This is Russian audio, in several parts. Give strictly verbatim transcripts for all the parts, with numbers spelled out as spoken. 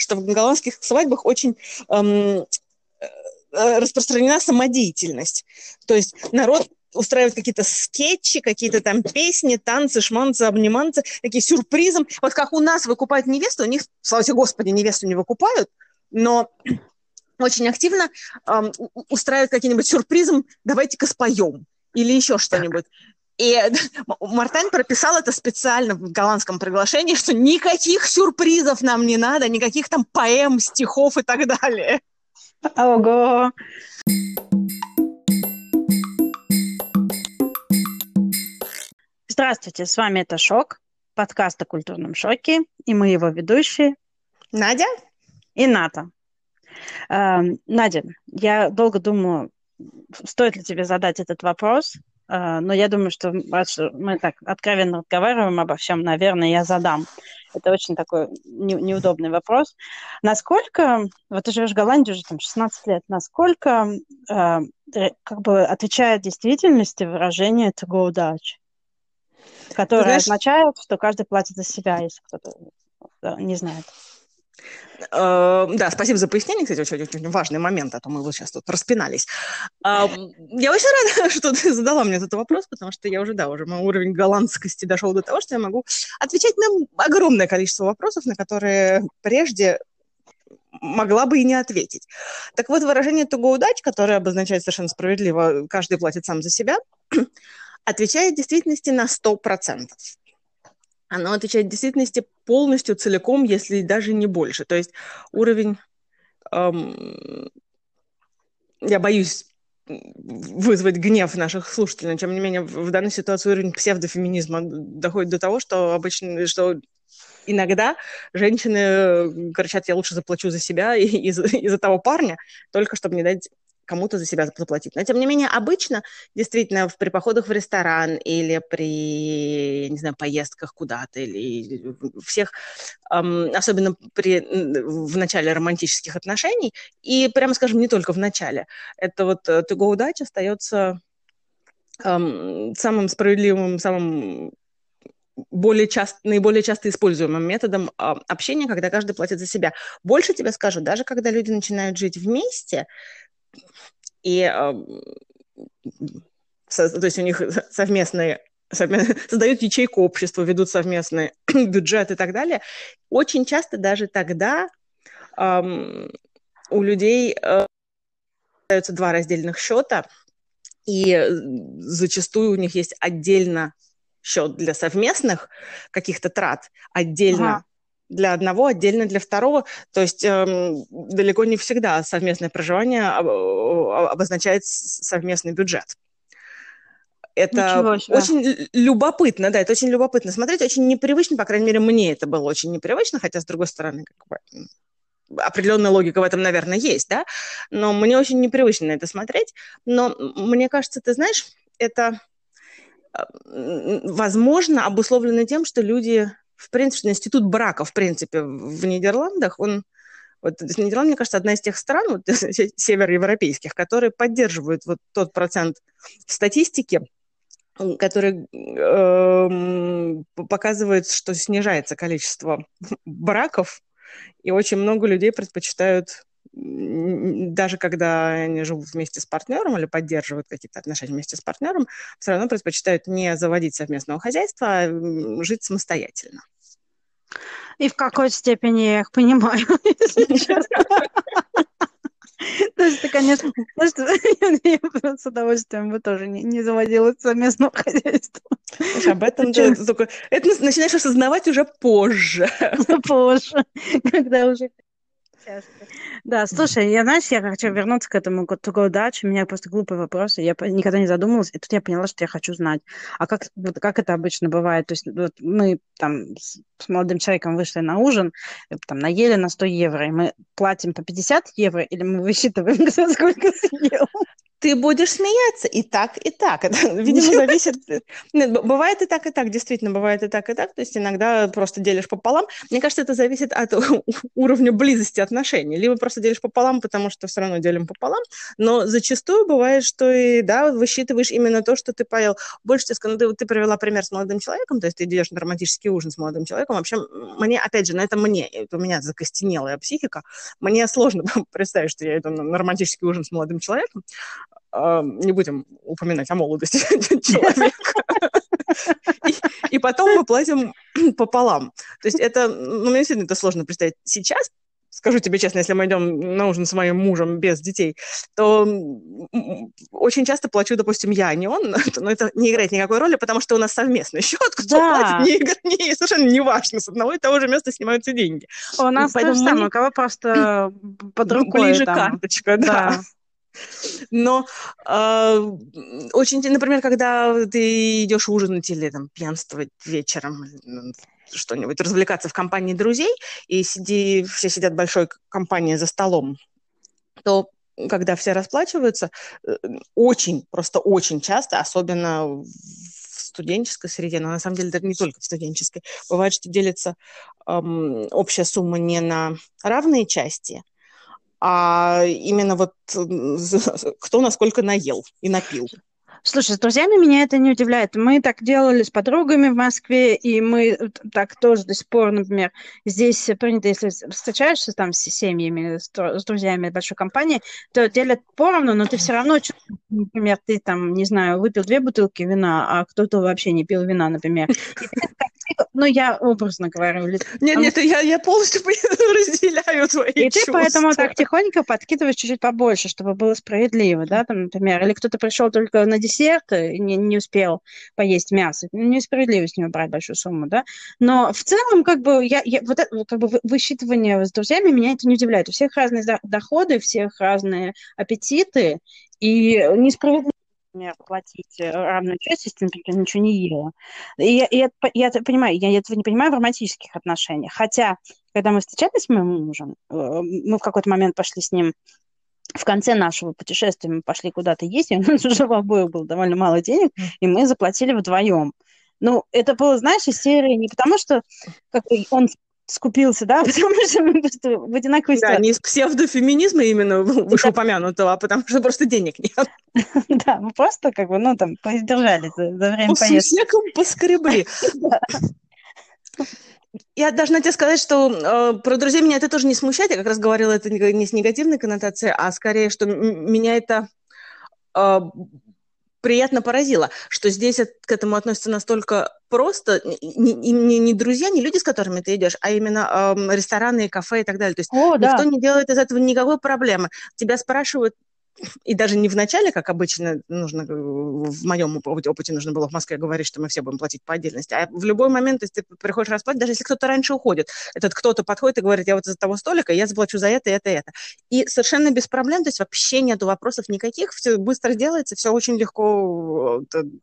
что в голландских свадьбах очень эм, распространена самодеятельность. То есть народ устраивают какие-то скетчи, какие-то там песни, танцы, шманцы, обниманцы, такие сюрпризы. Вот как у нас выкупают невесту, у них, слава тебе Господи, невесту не выкупают, но очень активно эм, устраивают какие-нибудь сюрпризы, давайте-ка споем или еще что-нибудь. И Мартен прописал это специально в голландском приглашении, что никаких сюрпризов нам не надо, никаких там поэм, стихов и так далее. Ого! Здравствуйте, с вами «Это шок», подкаст о культурном шоке, и мы его ведущие Надя и Ната. Э, Надя, я долго думаю, стоит ли тебе задать этот вопрос, э, но я думаю, что раз мы так откровенно разговариваем обо всем, наверное, я задам. Это очень такой не, неудобный вопрос. Насколько, вот ты живешь в Голландии уже там шестнадцать лет, насколько э, как бы отвечает действительности выражение «to go Dutch», которое знаешь, означает, что каждый платит за себя, если кто-то не знает. Э, да, спасибо за пояснение, кстати, очень, очень важный момент, а то мы вот сейчас тут распинались. Э, я очень рада, что ты задала мне этот вопрос, потому что я уже, да, уже мой уровень голландскости дошел до того, что я могу отвечать на огромное количество вопросов, на которые прежде могла бы и не ответить. Так вот, выражение «to go Dutch», которое обозначает совершенно справедливо «каждый платит сам за себя», отвечает в действительности на сто процентов. Оно отвечает в действительности полностью, целиком, если даже не больше. То есть уровень, эм, я боюсь вызвать гнев наших слушателей, но тем не менее в данной ситуации уровень псевдофеминизма доходит до того, что обычно, что иногда женщины кричат: я лучше заплачу за себя и, и, за, и за того парня, только чтобы не дать кому-то за себя заплатить. Но, тем не менее, обычно, действительно, при походах в ресторан или при, не знаю, поездках куда-то, или всех, эм, особенно при, в начале романтических отношений, и, прямо скажем, не только в начале, это вот to go Dutch остается эм, самым справедливым, самым более часто, наиболее часто используемым методом э, общения, когда каждый платит за себя. Больше тебе скажу, даже когда люди начинают жить вместе, и э, со, то есть у них совместные, совместные создают ячейку общества, ведут совместный бюджет и так далее, очень часто даже тогда э, у людей э, появляются два раздельных счета, и зачастую у них есть отдельно счет для совместных каких-то трат, отдельно ага. для одного, отдельно для второго. То есть эм, далеко не всегда совместное проживание об, обозначает совместный бюджет. Это очень любопытно, да, это очень любопытно смотреть, очень непривычно, по крайней мере, мне это было очень непривычно, хотя, с другой стороны, как бы, определенная логика в этом, наверное, есть, да, но мне очень непривычно на это смотреть. Но мне кажется, ты знаешь, это возможно обусловлено тем, что люди, в принципе, институт брака, в принципе, в Нидерландах, он, вот Нидерланды, мне кажется, одна из тех стран, вот, североевропейских, которые поддерживают вот тот процент в статистике, который э, показывает, что снижается количество браков, и очень много людей предпочитают, даже когда они живут вместе с партнером или поддерживают какие-то отношения вместе с партнером, все равно предпочитают не заводить совместного хозяйства, а жить самостоятельно. И в какой степени я их понимаю, если честно. То есть, ты, конечно, я с удовольствием бы тоже не заводила совместного хозяйства. Об этом это начинаешь осознавать уже позже. Позже, когда уже... Да, слушай, я, знаешь, я хочу вернуться к этому to go Dutch. У меня просто глупый вопрос, я никогда не задумывалась, и тут я поняла, что я хочу знать. А как, вот, как это обычно бывает? То есть вот мы там с, с молодым человеком вышли на ужин, там наели на сто евро, и мы платим по пятьдесят евро, или мы высчитываем, кто сколько съел? ты будешь смеяться и так, и так. Это, видимо, зависит... Нет, бывает и так, и так, действительно, бывает и так, и так. То есть иногда просто делишь пополам. Мне кажется, это зависит от уровня близости отношений. Либо просто делишь пополам, потому что все равно делим пополам. Но зачастую бывает, что и, да, высчитываешь именно то, что ты поел. Больше тебе скажу, ты, ты привела пример с молодым человеком, то есть ты идешь на романтический ужин с молодым человеком. Вообще, мне, опять же, на это мне, это у меня закостенелая психика, мне сложно представить, что я иду на романтический ужин с молодым человеком. Не будем упоминать о молодости человека. И, и потом мы платим пополам. То есть это, ну, мне действительно это сложно представить. Сейчас, скажу тебе честно, если мы идем на ужин с моим мужем без детей, то очень часто плачу, допустим, я, а не он, но это не играет никакой роли, потому что у нас совместный счет, кто Да. платит, не, не, совершенно не важно, с одного и того же места снимаются деньги. У нас то же самое, у кого просто под рукой. Ближе там. карточка, да. Да. Но э, очень, например, когда ты идешь ужинать или там пьянствовать вечером, что-нибудь, развлекаться в компании друзей, и сиди, все сидят в большой компании за столом, то когда все расплачиваются, очень, просто очень часто, особенно в студенческой среде, но на самом деле даже не только в студенческой, бывает, что делится эм, общая сумма не на равные части, а именно вот кто насколько наел и напил. Слушай, с друзьями меня это не удивляет. Мы так делали с подругами в Москве, и мы так тоже до сих пор, например, здесь принято, если встречаешься там с семьями, с друзьями большой компании, то делят поровну, но ты все равно, например, ты там, не знаю, выпил две бутылки вина, а кто-то вообще не пил вина, например. Ну, я образно говорю. Нет, нет, я, я полностью разделяю твои и чувства. И ты поэтому так тихонько подкидываешь чуть-чуть побольше, чтобы было справедливо, да, там, например. Или кто-то пришел только на десерт и не, не успел поесть мясо. Несправедливо с него брать большую сумму, да. Но в целом, как бы, я, я, вот это, как бы, высчитывание с друзьями меня это не удивляет. У всех разные доходы, у всех разные аппетиты, и несправедливо, например, платить равную часть, если ты, например, ничего не ела. И я, я, я это понимаю, я этого не понимаю в романтических отношениях. Хотя, когда мы встречались с моим мужем, мы в какой-то момент пошли с ним, в конце нашего путешествия мы пошли куда-то есть, и у нас уже в обоих было довольно мало денег, и мы заплатили вдвоем. Ну, это было, знаешь, из серии не потому, что как он скупился, да, потому что мы просто в одинаковой ситуации. Да, не из псевдофеминизма именно вышеупомянутого, а потому что просто денег нет. Да, мы просто как бы, ну, там, поиздержались за время по поездки. По сусекам поскребли. Я должна тебе сказать, что э, про друзей меня это тоже не смущает. Я как раз говорила это не с негативной коннотацией, а скорее, что м- меня это э, приятно поразило, что здесь от, к этому относятся настолько просто. Не, не, не друзья, не люди, с которыми ты идешь, а именно э, рестораны, кафе и так далее. То есть О, никто да. не делает из этого никакой проблемы. Тебя спрашивают, и даже не в начале, как обычно нужно, в моем опыте нужно было в Москве говорить, что мы все будем платить по отдельности, а в любой момент, если ты приходишь расплатить, даже если кто-то раньше уходит, этот кто-то подходит и говорит, я вот из-за того столика, я заплачу за это, это, это. И совершенно без проблем, то есть вообще нету вопросов никаких, все быстро делается, все очень легко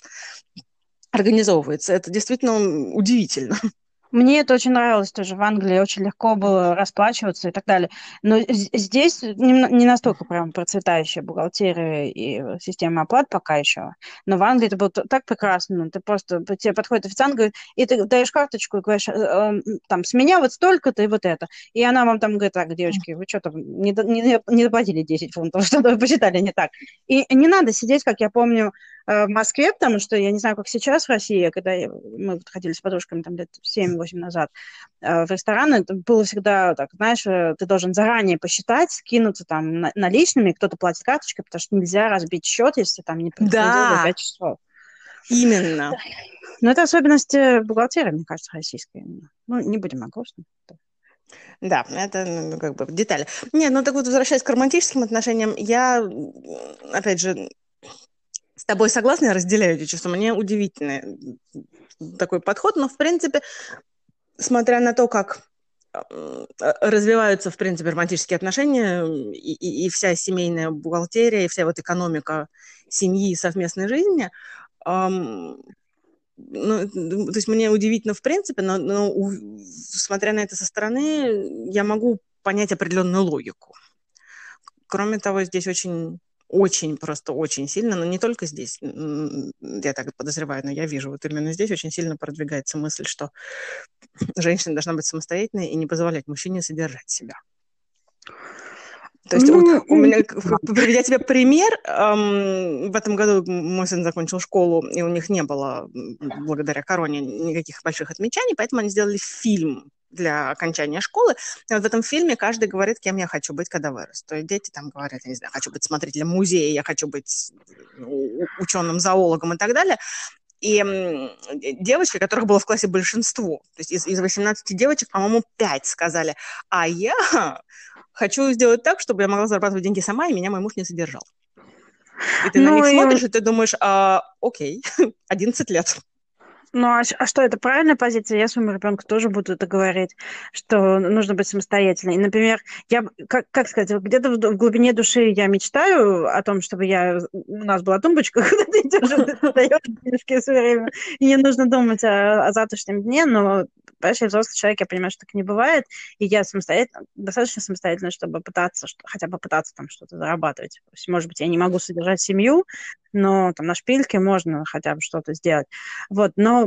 организовывается. Это действительно удивительно. Мне это очень нравилось тоже. В Англии очень легко было расплачиваться и так далее. Но здесь не настолько прям процветающая бухгалтерия и система оплат пока еще. Но в Англии это было так прекрасно. Ты просто, тебе подходит официант, говорит, и ты даешь карточку и говоришь, там, с меня вот столько-то и вот это. И она вам там говорит, так, девочки, вы что там, не, не, не доплатили десять фунтов, что-то вы посчитали не так. И не надо сидеть, как я помню, в Москве, потому что я не знаю, как сейчас в России, когда мы ходили с подружками там лет семь-восемь назад в рестораны, это было всегда так, знаешь, ты должен заранее посчитать, скинуться там наличными, кто-то платит карточкой, потому что нельзя разбить счет, если там не приходил да, за пять часов. Именно. Но это особенность бухгалтерии, мне кажется, российской. Ну, не будем о грустном. Да, это ну, как бы детали. Нет, ну так вот, возвращаясь к романтическим отношениям, я, опять же, с тобой согласна, я разделяю эти чувства. Мне удивительный такой подход, но, в принципе, смотря на то, как развиваются, в принципе, романтические отношения и, и, и вся семейная бухгалтерия, и вся вот экономика семьи и совместной жизни, эм, ну, то есть мне удивительно, в принципе, но, но у, смотря на это со стороны, я могу понять определенную логику. Кроме того, здесь очень... очень, просто очень сильно, но не только здесь, я так подозреваю, но я вижу, вот именно здесь очень сильно продвигается мысль, что женщина должна быть самостоятельной и не позволять мужчине содержать себя. То есть вот Ну, у меня, приведя тебе пример, эм, в этом году мой сын закончил школу, и у них не было, благодаря короне, никаких больших отмечаний, поэтому они сделали фильм для окончания школы. И вот в этом фильме каждый говорит, кем я хочу быть, когда вырос. То есть дети там говорят, я не знаю, хочу быть смотрителем музея, я хочу быть ученым, зоологом и так далее. И девочки, которых было в классе большинство, то есть из, из восемнадцати девочек, по-моему, пять сказали, а я хочу сделать так, чтобы я могла зарабатывать деньги сама, и меня мой муж не содержал. И ты ну, на них и смотришь, он... и ты думаешь, а, окей, одиннадцать лет. Ну, а, а что, это правильная позиция? Я своему ребенку тоже буду это говорить, что нужно быть самостоятельной. И, например, я, как, как сказать, где-то в, в глубине души я мечтаю о том, чтобы я, у нас была тумбочка, куда ты идешь, ты отдаешь денежки все время, и не нужно думать о, о завтрашнем дне, но, понимаешь, я взрослый человек, я понимаю, что так не бывает, и я самостоятельно, достаточно самостоятельно, чтобы пытаться, что, хотя бы пытаться там что-то зарабатывать. То есть, может быть, я не могу содержать семью, но там на шпильке можно хотя бы что-то сделать. Вот, но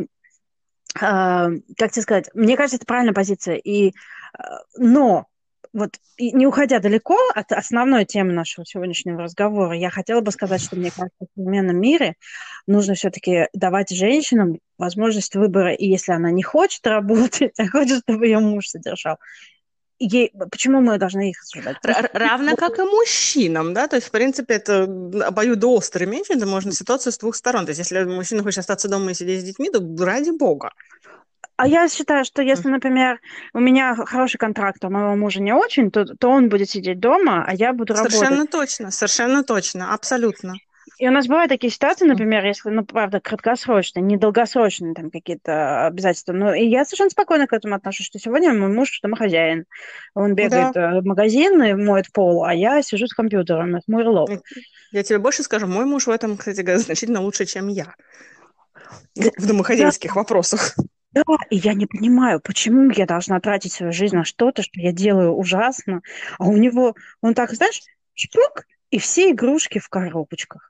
Uh, как тебе сказать, мне кажется, это правильная позиция. И, uh, но вот и не уходя далеко от основной темы нашего сегодняшнего разговора, я хотела бы сказать, что мне кажется, в современном мире нужно все-таки давать женщинам возможность выбора, и если она не хочет работать, а хочет, чтобы ее муж содержал, ей, почему мы должны их осуждать? Р- равно как и мужчинам, да, то есть, в принципе, это обоюдоострый меч, это можно ситуацию с двух сторон, то есть, если мужчина хочет остаться дома и сидеть с детьми, то ради бога. А я считаю, что если, например, у меня хороший контракт, а у моего мужа не очень, то, то он будет сидеть дома, а я буду работать. Совершенно точно, совершенно точно, абсолютно. И у нас бывают такие ситуации, например, если, ну, правда, краткосрочные, недолгосрочные там какие-то обязательства. Но и я совершенно спокойно к этому отношусь, что сегодня мой муж домохозяин. Он бегает да. в магазин и моет пол, а я сижу с компьютером, это мой лоб. Я тебе больше скажу, мой муж в этом, кстати, значительно лучше, чем я. Да. В домохозяйских да. вопросах. Да, и я не понимаю, почему я должна тратить свою жизнь на что-то, что я делаю ужасно, а у него, он так, знаешь, чпок, и все игрушки в коробочках.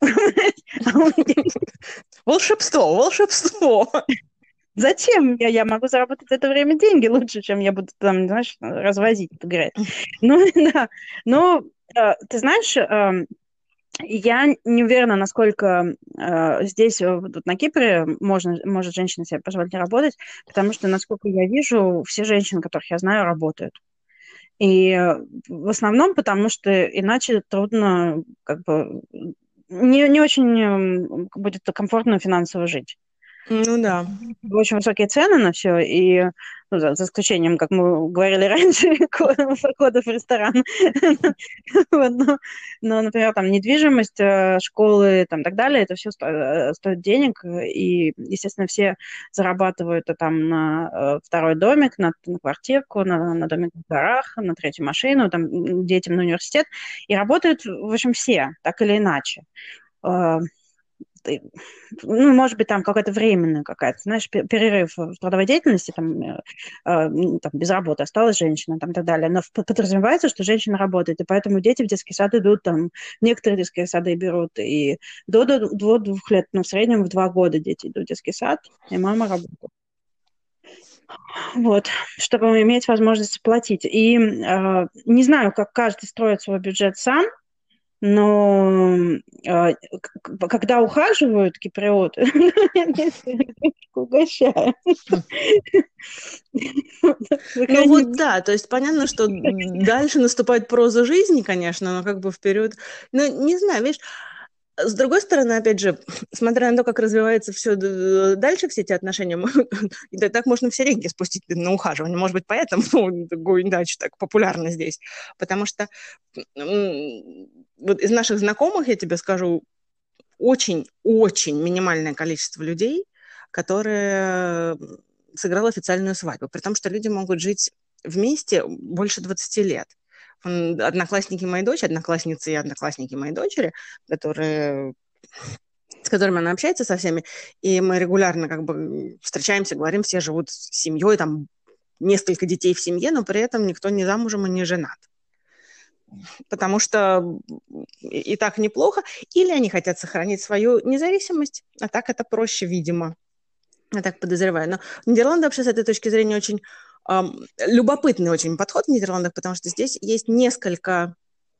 Волшебство, волшебство. Зачем? Я, я могу заработать в это время деньги лучше, чем я буду там, знаешь, развозить, играть. Ну, да. Но, э, ты знаешь, э, я не уверена, насколько э, здесь, тут на Кипре, можно, может женщина себе позволить работать, потому что, насколько я вижу, все женщины, которых я знаю, работают. И в основном потому, что иначе трудно, как бы, не, не очень будет комфортно финансово жить. Ну да. Очень высокие цены на все, и ну, за, за исключением, как мы говорили раньше, походов в ресторан. но, но, например, там недвижимость, школы и так далее, это все сто, стоит денег, и, естественно, все зарабатывают там на второй домик, на, на квартирку, на, на домик в горах, на третью машину, там, детям на университет, и работают, в общем, все, так или иначе. Ну, может быть, там какая-то временная какая-то, знаешь, перерыв в трудовой деятельности, там, э, там без работы осталась женщина, там, и так далее. Но подразумевается, что женщина работает, и поэтому дети в детский сад идут, там, некоторые детские сады берут и до, до, до двух лет, ну, в среднем в два года дети идут в детский сад, и мама работает. Вот, чтобы иметь возможность платить. И э, не знаю, как каждый строит свой бюджет сам, но э, когда ухаживают киприоты, угощаю. Ну вот да, то есть понятно, что дальше наступает проза жизни, конечно, но как бы вперед. Ну, не знаю, видишь, с другой стороны, опять же, смотря на то, как развивается все дальше, все эти отношения, да, так можно все деньги спустить на ухаживание. Может быть, поэтому Гоиндачи так популярно здесь. Потому что вот из наших знакомых, я тебе скажу, очень-очень минимальное количество людей, которые сыграло официальную свадьбу. При том, что люди могут жить вместе больше двадцати лет. Одноклассники моей дочери, одноклассницы и одноклассники моей дочери, которые, с которыми она общается со всеми, и мы регулярно как бы встречаемся, говорим, все живут с семьей, там несколько детей в семье, но при этом никто не замужем и не женат. потому что и, и так неплохо, или они хотят сохранить свою независимость, а так это проще, видимо. Я так подозреваю. Но Нидерланды вообще с этой точки зрения очень эм, любопытный очень подход в Нидерландах, потому что здесь есть несколько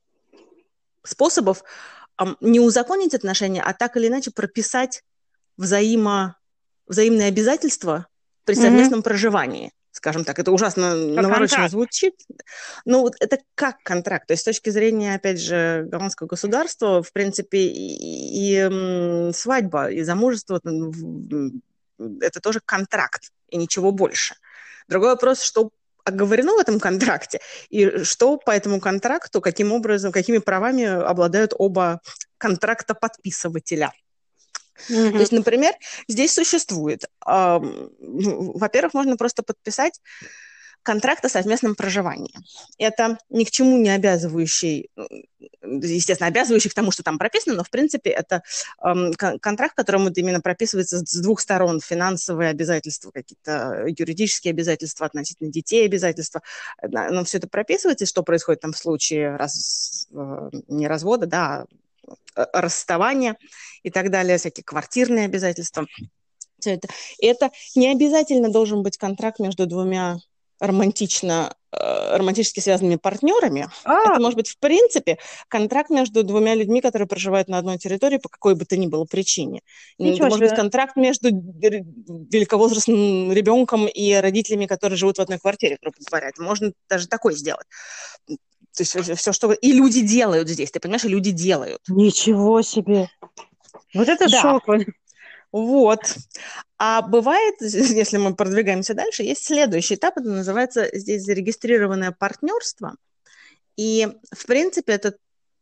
способов эм, не узаконить отношения, а так или иначе прописать взаимо, взаимные обязательства при Мгм. совместном проживании. Скажем так, это ужасно Как навороченно контракт. звучит, но вот это как контракт. То есть с точки зрения, опять же, голландского государства, в принципе, и, и, м, свадьба, и замужество, м, это тоже контракт, и ничего больше. Другой вопрос, что оговорено в этом контракте, и что по этому контракту, каким образом, какими правами обладают оба контрактоподписывателя. То Мгм. есть, например, здесь существует, эм, во-первых, можно просто подписать контракт о совместном проживании. Это ни к чему не обязывающий, естественно, обязывающий к тому, что там прописано, но, в принципе, это эм, кон- контракт, которому вот именно прописывается с двух сторон: финансовые обязательства, какие-то юридические обязательства относительно детей, обязательства. Да, но все это прописывается, и что происходит там в случае раз, э, не развода, да, а э, расставания и так далее, всякие квартирные обязательства. Все это. И это не обязательно должен быть контракт между двумя романтично, э, романтически связанными партнерами. А, Это может быть, в принципе, контракт между двумя людьми, которые проживают на одной территории по какой бы то ни было причине. Это ничего может быть себе. контракт между р- великовозрастным ребенком и родителями, которые живут в одной квартире, грубо говоря. Это можно даже такое сделать. То есть все, все, что... И люди делают здесь, ты понимаешь, и люди делают. Ничего себе. Вот это Да, шок. вот. А бывает, если мы продвигаемся дальше, есть следующий этап, это называется здесь зарегистрированное партнерство. И, в принципе, это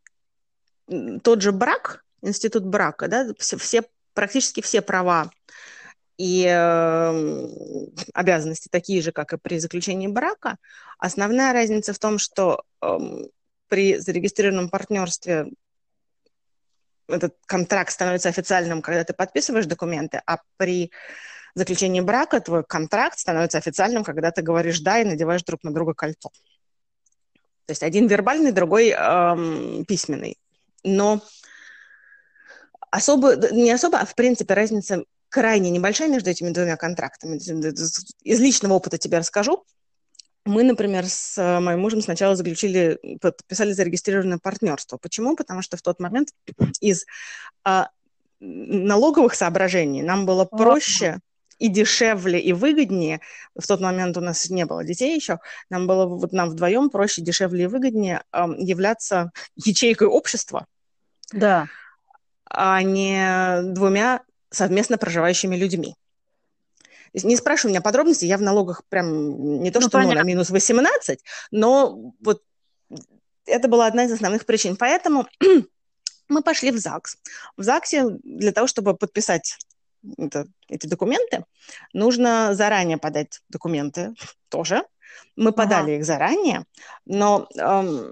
тот же брак, институт брака, да, все, все, практически все права и э, обязанности такие же, как и при заключении брака. Основная разница в том, что э, при зарегистрированном партнерстве этот контракт становится официальным, когда ты подписываешь документы, а при заключении брака твой контракт становится официальным, когда ты говоришь «да» и надеваешь друг на друга кольцо. То есть один вербальный, другой эм, письменный. Но особо, не особо, а в принципе разница крайне небольшая между этими двумя контрактами. Из личного опыта тебе расскажу. Мы, например, с моим мужем сначала заключили, подписали зарегистрированное партнерство. Почему? Потому что в тот момент из а, налоговых соображений нам было А, проще и дешевле, и выгоднее. В тот момент у нас не было детей еще. Нам было вот нам вдвоем проще, дешевле и выгоднее э, являться ячейкой общества, да. а не двумя совместно проживающими людьми. Не спрашивай меня подробностей, я в налогах прям не то Ну, что ну, на понятно. минус восемнадцать, но вот это была одна из основных причин. Поэтому мы пошли в ЗАГС. В ЗАГСе для того, чтобы подписать это, эти документы, нужно заранее подать документы тоже. Мы Ага. подали их заранее, но эм,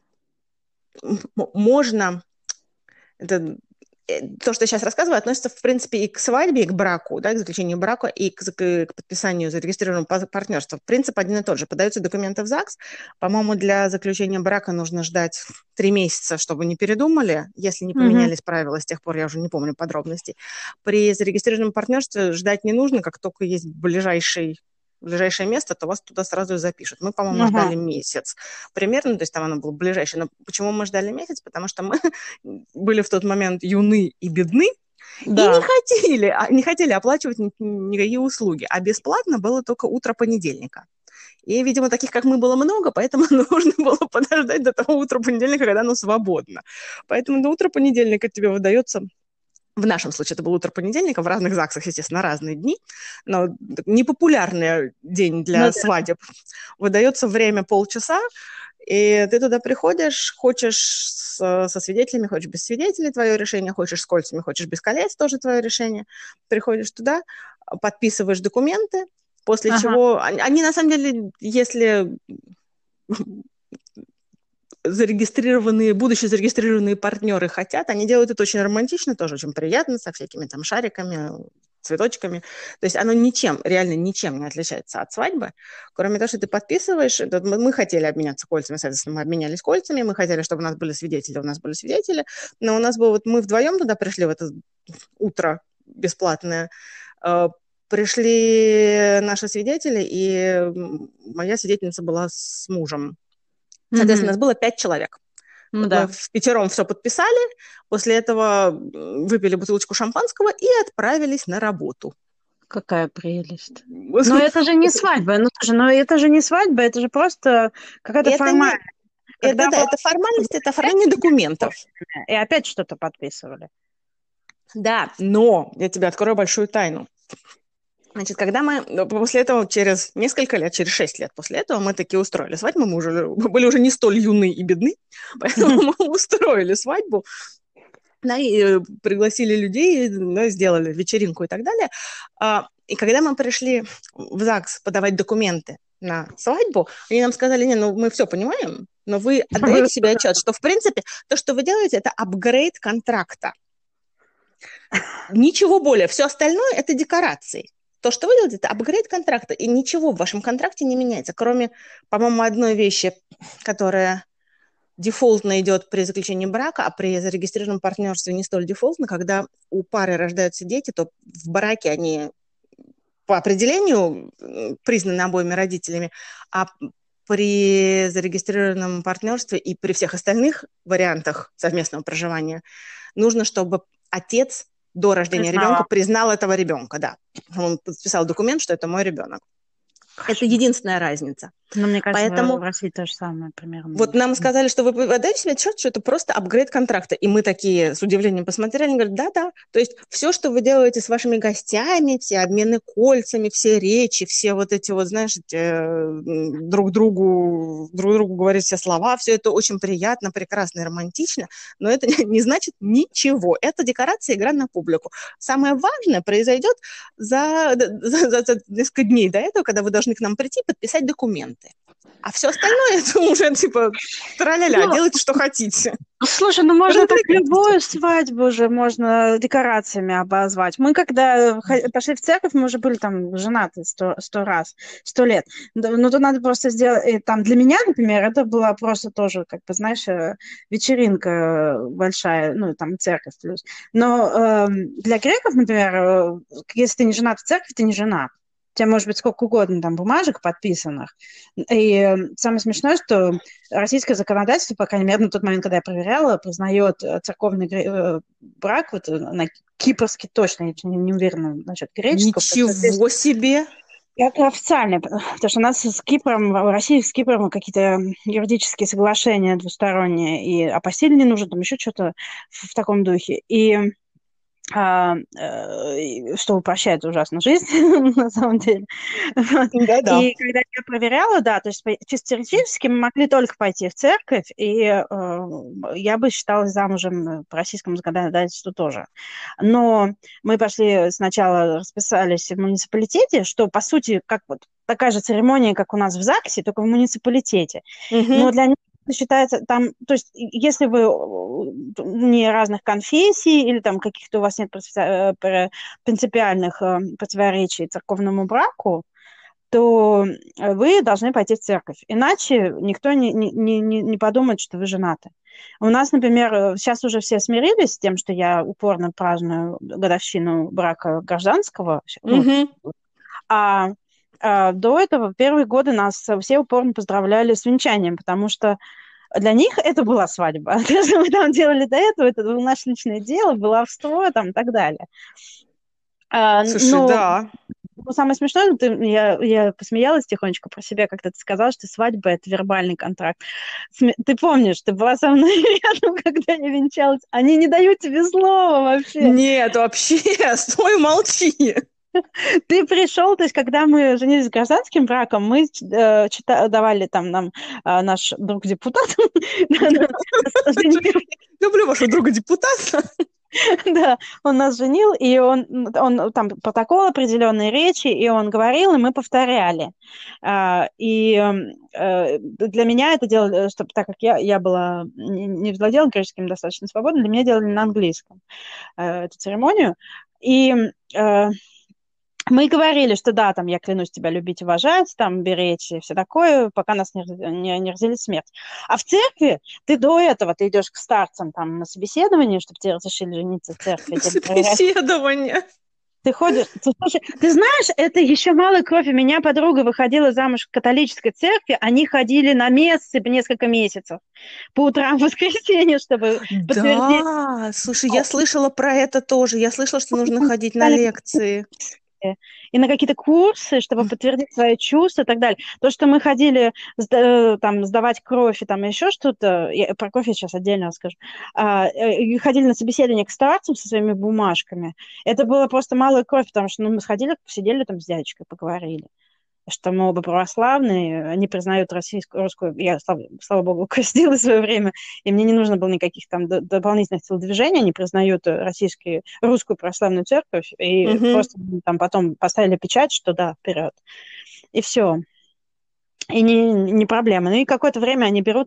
можно... Это, э, то, что я сейчас рассказываю, относится, в принципе, и к свадьбе, и к браку, да, к заключению брака, и к, к, к подписанию зарегистрированного партнерства. Принцип один и тот же. Подаются документы в ЗАГС. По-моему, для заключения брака нужно ждать три месяца, чтобы не передумали, если не Мгм. поменялись правила с тех пор, я уже не помню подробностей. При зарегистрированном партнерстве ждать не нужно, как только есть ближайший ближайшее место, то вас туда сразу и запишут. Мы, по-моему, Ага. ждали месяц примерно, то есть там оно было ближайшее. Но почему мы ждали месяц? Потому что мы были в тот момент юны и бедны, и не Да. хотели, а, не хотели оплачивать ни- никакие услуги, а бесплатно было только утро понедельника. И, видимо, таких, как мы, было много, поэтому нужно было подождать до того утра понедельника, когда оно свободно. Поэтому до утра понедельника тебе выдается, в нашем случае это был утро понедельника, в разных ЗАГСах, естественно, разные дни, но непопулярный день Ну для да. свадеб. Выдается время полчаса, и ты туда приходишь, хочешь с, со свидетелями, хочешь без свидетелей, твое решение, хочешь с кольцами, хочешь без колец, тоже твое решение. Приходишь туда, подписываешь документы, после Ага. чего они, они на самом деле, если зарегистрированные, будущие зарегистрированные партнеры хотят, они делают это очень романтично, тоже очень приятно, со всякими там шариками, цветочками. То есть оно ничем, реально ничем не отличается от свадьбы, кроме того, что ты подписываешь. Мы хотели обменяться кольцами, соответственно, мы обменялись кольцами, мы хотели, чтобы у нас были свидетели, у нас были свидетели, но у нас было вот мы вдвоем туда пришли в это утро бесплатное, пришли наши свидетели, и моя свидетельница была с мужем. Соответственно, mm-hmm. нас было пять человек. Ну, мы да. впятером все подписали, после этого выпили бутылочку шампанского и отправились на работу. Какая прелесть. Но это же не свадьба. Ну, слушай, но это же не свадьба, это же просто какая-то формальность. Не... Это, да, это формальность, это оформление документов. И опять что-то подписывали. Да, но я тебе открою большую тайну. Значит, когда мы после этого, через несколько лет, через шесть лет после этого, мы таки устроили свадьбу, мы уже были уже не столь юны и бедны, поэтому мы устроили свадьбу, да, и пригласили людей, да, сделали вечеринку и так далее. И когда мы пришли в ЗАГС подавать документы на свадьбу, они нам сказали: не, ну мы все понимаем, но вы отдаете себе отчет, что, в принципе, то, что вы делаете, это апгрейд контракта. Ничего более. Все остальное – это декорации. То, что вы делаете, это апгрейд контракта, и ничего в вашем контракте не меняется, кроме, по-моему, одной вещи, которая дефолтно идет при заключении брака, а при зарегистрированном партнерстве не столь дефолтно. Когда у пары рождаются дети, то в браке они по определению признаны обоими родителями, а при зарегистрированном партнерстве и при всех остальных вариантах совместного проживания нужно, чтобы отец до рождения Признала. ребенка признал этого ребенка, да. Он подписал документ, что это мой ребенок. Это единственная разница. Но мне кажется, Поэтому в России то же самое примерно. Вот нам сказали, что вы отдаете себе отчет, что это просто апгрейд контракта. И мы такие с удивлением посмотрели, они говорят: да-да. То есть все, что вы делаете с вашими гостями, все обмены кольцами, все речи, все вот эти вот, знаешь, эти, друг другу, друг другу говорить все слова, все это очень приятно, прекрасно и романтично, но это не значит ничего. Это декорация, игра на публику. Самое важное произойдет за, за, за, за несколько дней до этого, когда вы должны к нам прийти, подписать документы. А все остальное это уже типа тра-ля-ля, ну, делайте, что хотите. Слушай, ну можно так любую свадьбу уже можно декорациями обозвать. Мы когда пошли в церковь, мы уже были там женаты сто, сто раз, сто лет. Но тут надо просто сделать... Там для меня, например, это была просто тоже, как бы, знаешь, вечеринка большая, ну, там церковь плюс. Но э, для греков, например, если ты не женат в церкви, ты не женат. У тебя может быть сколько угодно там бумажек подписанных. И самое смешное, что российское законодательство, по крайней мере, на тот момент, когда я проверяла, признает церковный брак, вот на кипрский точно, я не, не уверена насчет греческого. Ничего себе! Как официально, потому что у нас с Кипром, в России с Кипром какие-то юридические соглашения двусторонние, и апостиль не нужен, там еще что-то в таком духе. И А, что упрощает ужасно жизнь, на самом деле. Да, да. И когда я проверяла, да, то есть чисто теоретически мы могли только пойти в церковь, и э, я бы считалась замужем по российскому законодательству тоже. Но мы пошли сначала, расписались в муниципалитете, что, по сути, как вот такая же церемония, как у нас в ЗАГСе, только в муниципалитете. Угу. Но для них считается там, то есть если вы не разных конфессий или там каких-то у вас нет принципиальных противоречий церковному браку, то вы должны пойти в церковь. Иначе никто не, не, не, не подумает, что вы женаты. У нас, например, сейчас уже все смирились с тем, что я упорно праздную годовщину брака гражданского, mm-hmm. ну, а до этого первые годы нас все упорно поздравляли с венчанием, потому что для них это была свадьба. То, что мы там делали до этого, это было наше личное дело, баловство там, и так далее. Слушай, Но, да. Самое смешное, ты, я, я посмеялась тихонечко про себя, когда ты сказала, что свадьба – это вербальный контракт. Ты помнишь, ты была со мной рядом, когда я венчалась. Они не дают тебе слова вообще. Нет, вообще, стой, молчи. Ты пришел, то есть, когда мы женились гражданским браком, мы э, чита- давали там нам э, наш друг депутат. Люблю вашего друга депутата. Да, он нас женил, и он, он там протокол определенной речи, и он говорил, и мы повторяли. И для меня это делали, чтобы, так как я, я была, не владела греческим достаточно свободно, для меня делали на английском эту церемонию. И э, мы говорили, что да, там, я клянусь тебя любить, уважать, там, беречь и все такое, пока нас не, не, не разделит смерть. А в церкви ты до этого, ты идешь к старцам там на собеседование, чтобы тебе разрешили жениться в церкви. Тебе проверяют. Собеседование. Ты ходишь, ты, слушай, ты знаешь, это еще малая кровь. У меня подруга выходила замуж в католической церкви, они ходили на мессы несколько месяцев по утрам в воскресенье, чтобы подтвердить. Да, слушай, я слышала про это тоже. Я слышала, что нужно ходить на лекции. И на какие-то курсы, чтобы подтвердить свои чувства и так далее. То, что мы ходили там, сдавать кровь и там еще что-то, я про кровь я сейчас отдельно расскажу, а, и ходили на собеседование к старцам со своими бумажками, это было просто малая кровь, потому что ну, мы сходили, посидели там с дядечкой, поговорили, что мы оба православные, они признают российскую, русскую, я, слава, слава богу, крестила в свое время, и мне не нужно было никаких там дополнительных телодвижений, они признают российскую, русскую православную церковь, и Мгм. просто там потом поставили печать, что да, вперед. И все. И не, не проблема. Ну и какое-то время они берут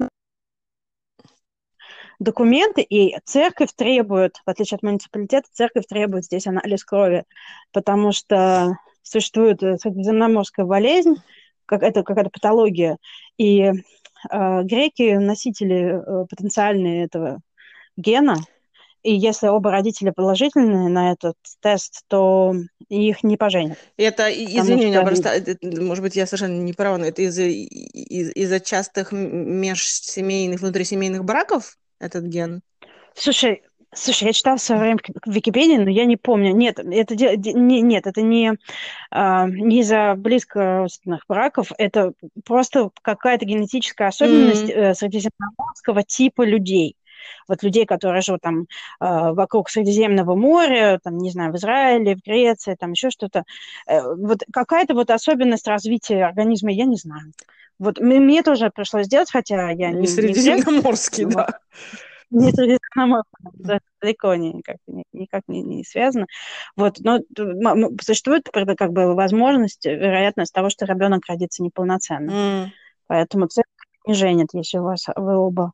документы, и церковь требует, в отличие от муниципалитета, церковь требует здесь анализ крови, потому что существует средиземноморская болезнь, как, это какая-то патология, и э, греки носители э, потенциальные этого гена, и если оба родителя положительные на этот тест, то их не поженят. Это, извини меня, просто, это, может быть, я совершенно не права, но это из-за из, из частых межсемейных, внутрисемейных браков этот ген? Слушай, слушай, я читала в свое время в Википедии, но я не помню. Нет, это не, нет, это не, а, не из-за близко родственных браков, это просто какая-то генетическая особенность mm-hmm. средиземноморского типа людей. Вот людей, которые живут там вокруг Средиземного моря, там, не знаю, в Израиле, в Греции, там еще что-то. Вот какая-то вот особенность развития организма, я не знаю. Вот мне тоже пришлось сделать, хотя я не... Не средиземноморский, не да. Не средиземноморский, да, далеко никак, никак не, не связано. Вот, но существует как бы возможность, вероятность того, что ребенок родится неполноценно. Mm. Поэтому церковь не женит, если у вас вы оба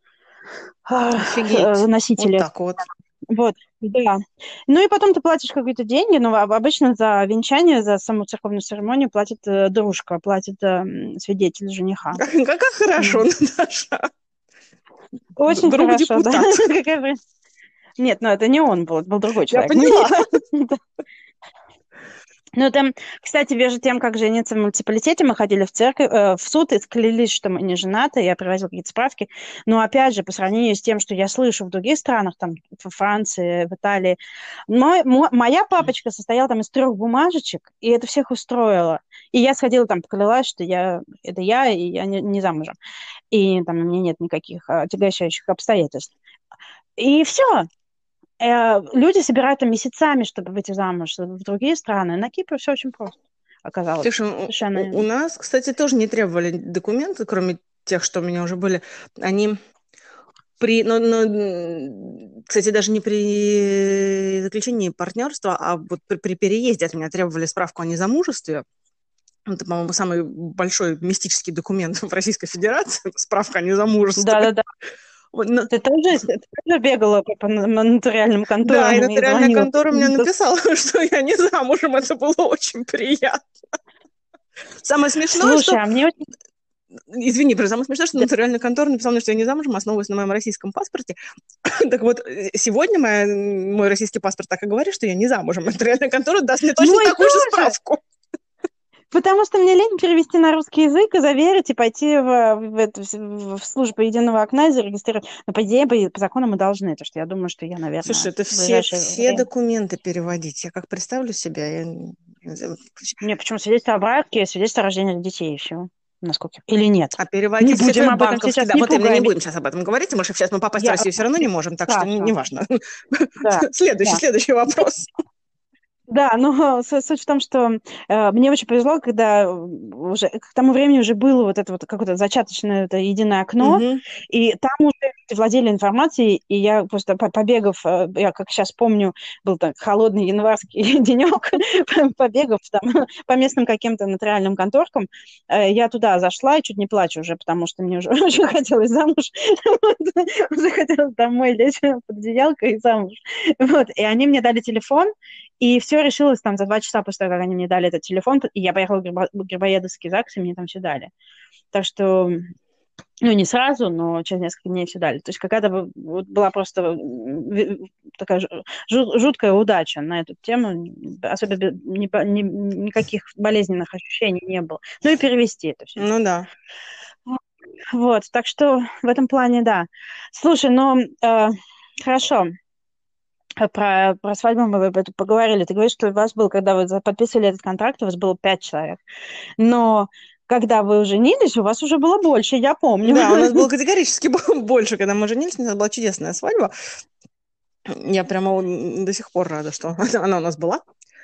Офигеть. носители. Вот так вот. Вот, да. Ну и потом ты платишь какие-то деньги, но обычно за венчание, за саму церковную церемонию платит дружка, платит свидетель жениха. Как, как хорошо, mm. Наташа. Очень Друг хорошо, депутат. Да. Нет, ну это не он был, это был другой человек. Я поняла. Ну, там, кстати, между тем, как жениться в муниципалитете, мы ходили в церковь, э, в суд и склялись, что мы не женаты, я привозила какие-то справки. Но, опять же, по сравнению с тем, что я слышу в других странах, там, во Франции, в Италии, мой, мой, моя папочка состояла там из трех бумажечек, и это всех устроило. И я сходила там, поклялась, что я, это я, и я не, не замужем. И там у меня нет никаких отягощающих обстоятельств. И все. Люди собирают там месяцами, чтобы выйти замуж в другие страны. На Кипре все очень просто оказалось. Слушай, Совершенно... у, у нас, кстати, тоже не требовали документы, кроме тех, что у меня уже были. Они при, но, но, кстати, даже не при заключении партнерства, а вот при, при переезде от меня требовали справку о незамужестве. Это, по-моему, самый большой мистический документ в Российской Федерации, справка о незамужестве. Да-да-да. Но... Ты, тоже, ты тоже бегала по нотариальным конторам? Да, и нотариальная контора мне написала, что я не замужем. Это было очень приятно. Самое смешное, Слушай, что... а мне очень... Извини, просто самое смешное, что нотариальная контора написала мне, что я не замужем, основываясь на моем российском паспорте. Так вот, сегодня моя, мой российский паспорт так и говорит, что я не замужем. Нотариальная контора даст мне точно Мой такую тоже. же справку. Потому что мне лень перевести на русский язык и заверить, и пойти в, в, в службу единого окна и зарегистрировать. Но, по идее, по, по закону мы должны, потому что я думаю, что я, наверное... Слушай, это все, все документы переводить. Я как представлю себя... Я... Не, почему свидетельство о браке, свидетельство о рождении детей еще. Насколько? Или нет? А переводить не будем об этом сейчас, сейчас да, не вот именно пугаем. не будем сейчас об этом говорить, потому что сейчас мы попасть я... в Россию все равно не можем, так Страшно. Что неважно. Да. Следующий, да. следующий вопрос. Да, но суть в том, что э, мне очень повезло, когда уже к тому времени уже было вот это вот какое-то зачаточное это единое окно, угу. и там уже владели информацией, и я просто побегав, я как сейчас помню, был так холодный январский денек, побегав там по местным каким-то нотариальным конторкам, я туда зашла и чуть не плачу уже, потому что мне уже очень хотелось замуж. Уже хотелось домой лечь под одеялко и замуж. Вот. И они мне дали телефон, и все решилось там за два часа после того, как они мне дали этот телефон, и я поехала в Грибоедовский ЗАГС, и мне там все дали. Так что... Ну, не сразу, но через несколько дней все дали. То есть какая-то была просто такая жуткая удача на эту тему. Особенно ни, ни, никаких болезненных ощущений не было. Ну и перевести это все. Ну да. Вот, так что в этом плане, да. Слушай, ну, э, хорошо. Про, про свадьбу мы поговорили. Ты говоришь, что у вас был, когда вы подписывали этот контракт, у вас было пять человек. Но... Когда вы женились, у вас уже было больше, я помню. Да, у нас было категорически больше, когда мы женились. У нас была чудесная свадьба. Я прямо до сих пор рада, что она у нас была.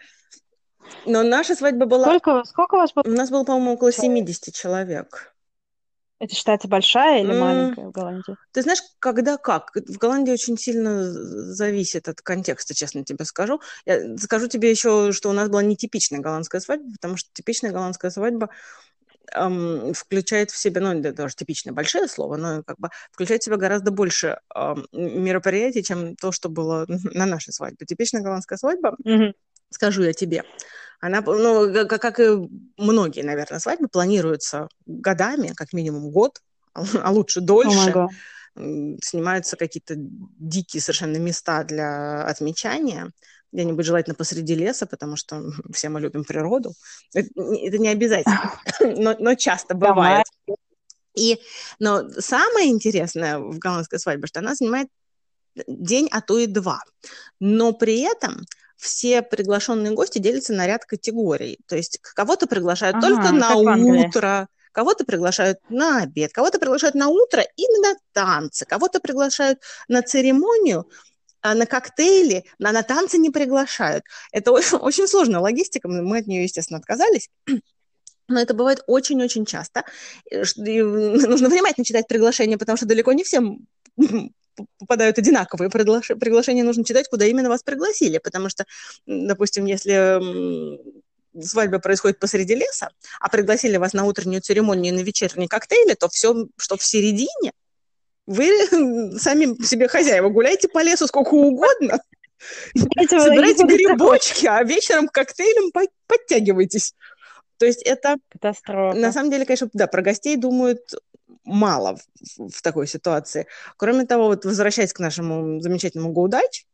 Но наша свадьба была... Сколько, сколько у вас было? У нас было, по-моему, около семьдесят человек. Это считается большая или mm. маленькая в Голландии? Ты знаешь, когда как? В Голландии очень сильно зависит от контекста, честно тебе скажу. Я скажу тебе еще, что у нас была нетипичная голландская свадьба, потому что типичная голландская свадьба эм, включает в себя, ну, это тоже типичное большое слово, но как бы включает в себя гораздо больше эм, мероприятий, чем то, что было на нашей свадьбе. Типичная голландская свадьба, mm-hmm. скажу я тебе, она, ну, как, как и многие, наверное, свадьбы, планируются годами, как минимум год, а лучше дольше. Oh Снимаются какие-то дикие совершенно места для отмечания, где-нибудь желательно посреди леса, потому что все мы любим природу. Это, это не обязательно, но, но часто бывает. И, но самое интересное в голландской свадьбе, что она занимает день, а то и два. Но при этом все приглашенные гости делятся на ряд категорий. То есть кого-то приглашают ага, только на утро, кого-то приглашают на обед, кого-то приглашают на утро и на танцы, кого-то приглашают на церемонию, а на коктейли, на, на танцы не приглашают. Это очень, очень сложная логистика, мы от нее, естественно, отказались. Но это бывает очень-очень часто. И нужно внимательно читать приглашения, потому что далеко не всем попадают одинаковые приглаш... приглашения. Нужно читать, куда именно вас пригласили, потому что, допустим, если свадьба происходит посреди леса, а пригласили вас на утреннюю церемонию и на вечерние коктейли, то все, что в середине, вы сами себе хозяева, гуляйте по лесу сколько угодно, собирайте грибочки, а вечером к коктейлям подтягивайтесь. То есть это, катастрофа. На самом деле, конечно, да, про гостей думают мало в, в такой ситуации. Кроме того, вот возвращаясь к нашему замечательному Go Dutch,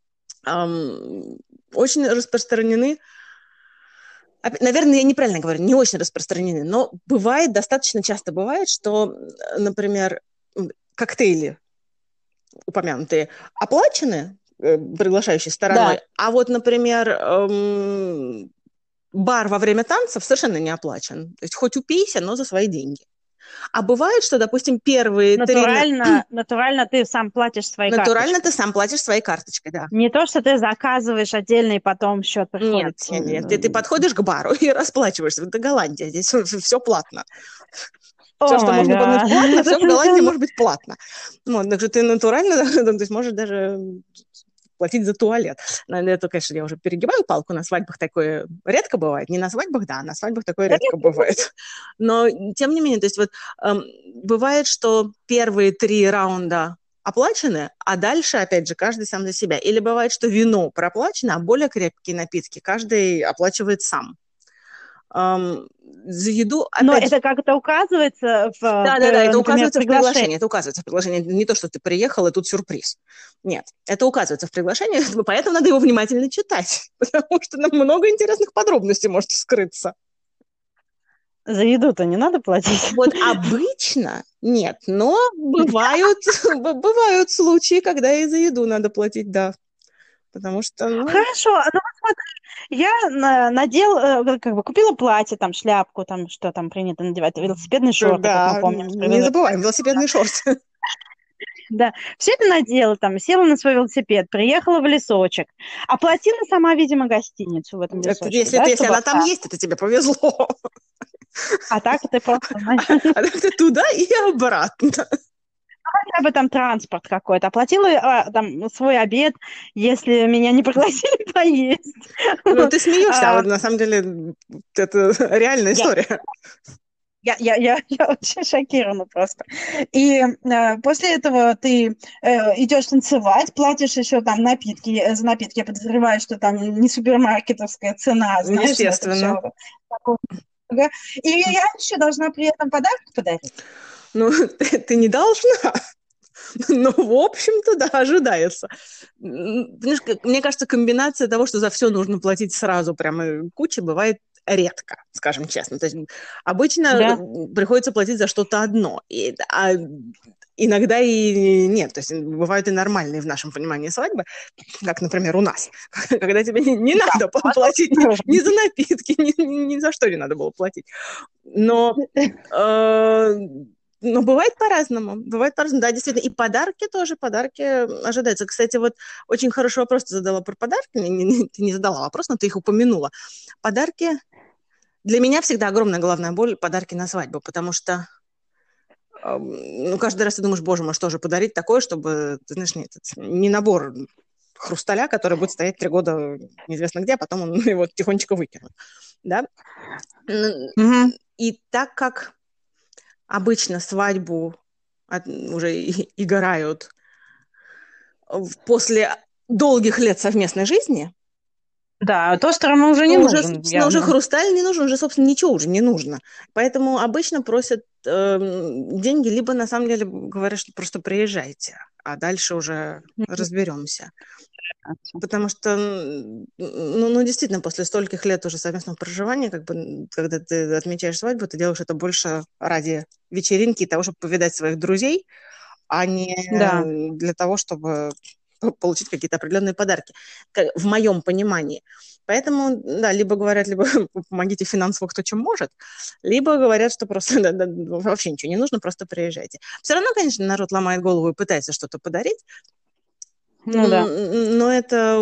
эм, очень распространены, наверное, я неправильно говорю, не очень распространены, но бывает, достаточно часто бывает, что, например, коктейли упомянутые оплачены э, приглашающей стороной, да. А вот, например, эм, бар во время танцев совершенно не оплачен. То есть хоть упейся, но за свои деньги. А бывает, что, допустим, первые натурально, три... Натурально ты сам платишь своей натурально карточкой. Натурально ты сам платишь своей карточкой, да. Не то, что ты заказываешь отдельно, и потом счет приходит. Нет, нет, нет. Ты, ты подходишь к бару и расплачиваешься. Это Голландия, здесь все платно. Oh все, что можно God. подумать платно, все в Голландии может быть платно. Вот, так что ты натурально, то есть можешь даже платить за туалет. Это, конечно, я уже перегибаю палку, на свадьбах такое редко бывает. Не на свадьбах, да, на свадьбах такое редко бывает. Но, тем не менее, то есть вот эм, бывает, что первые три раунда оплачены, а дальше, опять же, каждый сам за себя. Или бывает, что вино проплачено, а более крепкие напитки каждый оплачивает сам. Um, за еду... Но это же... как-то указывается в... Да, да, да, это указывается в приглашении. Это указывается в приглашении. Не то, что ты приехал, и тут сюрприз. Нет, это указывается в приглашении, поэтому надо его внимательно читать, потому что там много интересных подробностей может скрыться. За еду-то не надо платить? Вот обычно нет, но бывают, бывают случаи, когда и за еду надо платить, да. Потому что, ну... Хорошо, ну вот смотри, я надел, как бы купила платье, там, шляпку, там, что там принято надевать, велосипедные шорты, да, как мы помним. Не забываем, велосипедные шорты. Да, все это надела, там, села на свой велосипед, приехала в лесочек, оплатила сама, видимо, гостиницу в этом лесочке. Если, да, ты, если она там есть, это тебе повезло. А так ты просто... А так ты туда и обратно. хотя бы там транспорт какой-то, оплатила а, там свой обед, если меня не пригласили поесть. Ну, ты смеешься, а А, вот на самом деле это реальная я, история. я, я, я, я очень шокирована просто. И э, после этого ты э, идешь танцевать, платишь еще там напитки, э, за напитки. Я подозреваю, что там не супермаркетовская цена, знаешь, на это все. Естественно. И я еще должна при этом подарок подарить. Ну, ты, ты не должна. Ну, в общем-то, да, ожидается. Знаешь, мне кажется, комбинация того, что за все нужно платить сразу, прямо куча, бывает редко, скажем честно. То есть обычно Да. приходится платить за что-то одно, и, а иногда и нет. То есть бывают и нормальные в нашем понимании свадьбы, как, например, у нас, когда тебе не, не надо платить ни, ни за напитки, ни, ни, ни за что не надо было платить. Но... Э, Ну, бывает по-разному. Бывает по-разному. Да, действительно. И подарки тоже. Подарки ожидаются. Кстати, вот очень хороший вопрос ты задала про подарки. Не, не, ты не задала вопрос, но ты их упомянула. Подарки... Для меня всегда огромная головная боль подарки на свадьбу, потому что э, ну, каждый раз ты думаешь, боже мой, что же подарить такое, чтобы, ты знаешь, нет, не набор хрусталя, который будет стоять три года неизвестно где, а потом он его тихонечко выкинут. Да? Угу. И так как обычно свадьбу от, уже и, и горают после долгих лет совместной жизни, Да, тостер ему уже не то уже, нужен, собственно, уже явно. хрусталь не нужен, уже, собственно, ничего уже не нужно. Поэтому обычно просят э, деньги, либо на самом деле говорят, что просто приезжайте, а дальше уже разберемся. Потому что, ну, ну, действительно, после стольких лет уже совместного проживания, как бы, когда ты отмечаешь свадьбу, ты делаешь это больше ради вечеринки и того, чтобы повидать своих друзей, а не Да. для того, чтобы получить какие-то определенные подарки, в моем понимании. Поэтому, да, либо говорят, либо помогите финансово, кто чем может, либо говорят, что просто да, да, вообще ничего не нужно, просто приезжайте. Все равно, конечно, народ ломает голову и пытается что-то подарить, Ну да. но это,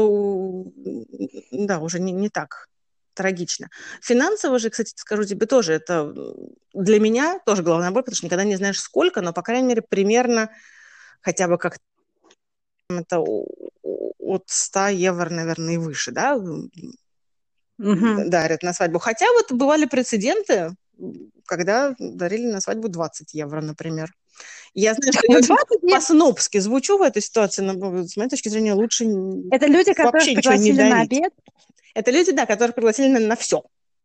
да, уже не, не так трагично. Финансово же, кстати, скажу тебе тоже, это для меня тоже головная боль, потому что никогда не знаешь сколько, но, по крайней мере, примерно хотя бы как это от ста евро, наверное, и выше, да, Угу. дарят на свадьбу. Хотя вот бывали прецеденты, когда дарили на свадьбу двадцать евро, например. Я знаю, что я очень по-снобски звучу в этой ситуации, но с моей точки зрения лучше это люди, вообще которых ничего не пригласили на дарить. обед? Это люди, да, которых пригласили на, на все.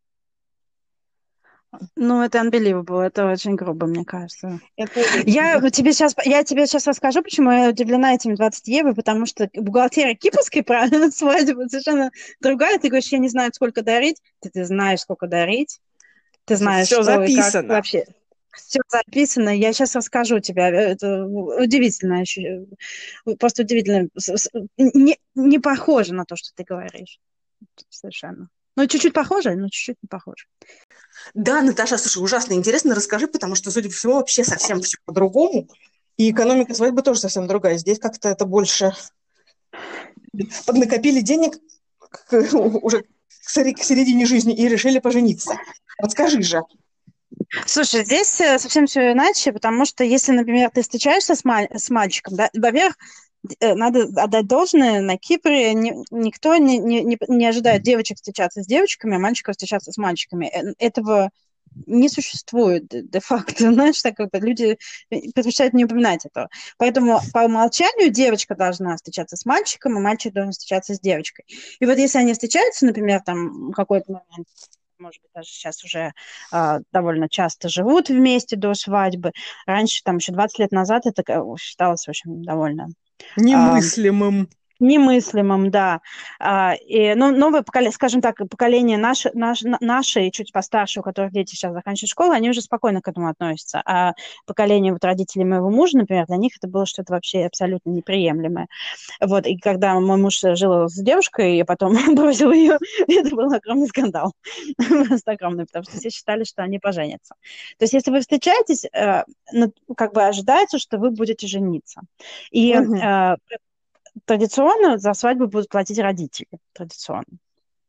Ну, это unbelievable, это очень грубо, мне кажется. Это... Я тебе сейчас, я тебе сейчас расскажу, почему я удивлена этими двадцать евро, потому что бухгалтерия кипрской свадьбы совершенно другая. Ты говоришь, я не знаю, сколько дарить. Ты, ты знаешь, сколько дарить. Ты знаешь, все что и как записано. вообще. Все записано. Я сейчас расскажу тебе. Это удивительно. Еще, просто удивительно. Не, не похоже на то, что ты говоришь. Совершенно. Ну, чуть-чуть похоже, но чуть-чуть не похоже. Да, Наташа, слушай, ужасно интересно, расскажи, потому что, судя по всему, вообще совсем все по-другому. И экономика свадьбы тоже совсем другая. Здесь как-то это больше поднакопили денег уже к середине жизни и решили пожениться. Расскажи же. Слушай, здесь совсем все иначе, потому что если, например, ты встречаешься с, маль- с мальчиком, да, во-первых, надо отдать должное, на Кипре ни, никто не, не, не ожидает девочек встречаться с девочками, а мальчиков встречаться с мальчиками. Этого не существует де-факто, знаешь, так как бы люди предпочитают не упоминать этого. Поэтому по умолчанию девочка должна встречаться с мальчиком, и мальчик должен встречаться с девочкой. И вот если они встречаются, например, там в какой-то момент, может быть, даже сейчас уже э, довольно часто живут вместе до свадьбы. Раньше, там, еще двадцать лет назад это считалось, в общем, довольно... Немыслимым. Э, немыслимым, да. А, и, ну, новое поколение, скажем так, поколение наше, наш, наше и чуть постарше, у которых дети сейчас заканчивают школу, они уже спокойно к этому относятся. А поколение вот родителей моего мужа, например, для них это было что-то вообще абсолютно неприемлемое. Вот, и когда мой муж жил с девушкой, и потом бросил ее, это был огромный скандал. Просто огромный, потому что все считали, что они поженятся. То есть, если вы встречаетесь, э, ну, как бы ожидается, что вы будете жениться. И Угу. э, традиционно за свадьбу будут платить родители. Традиционно.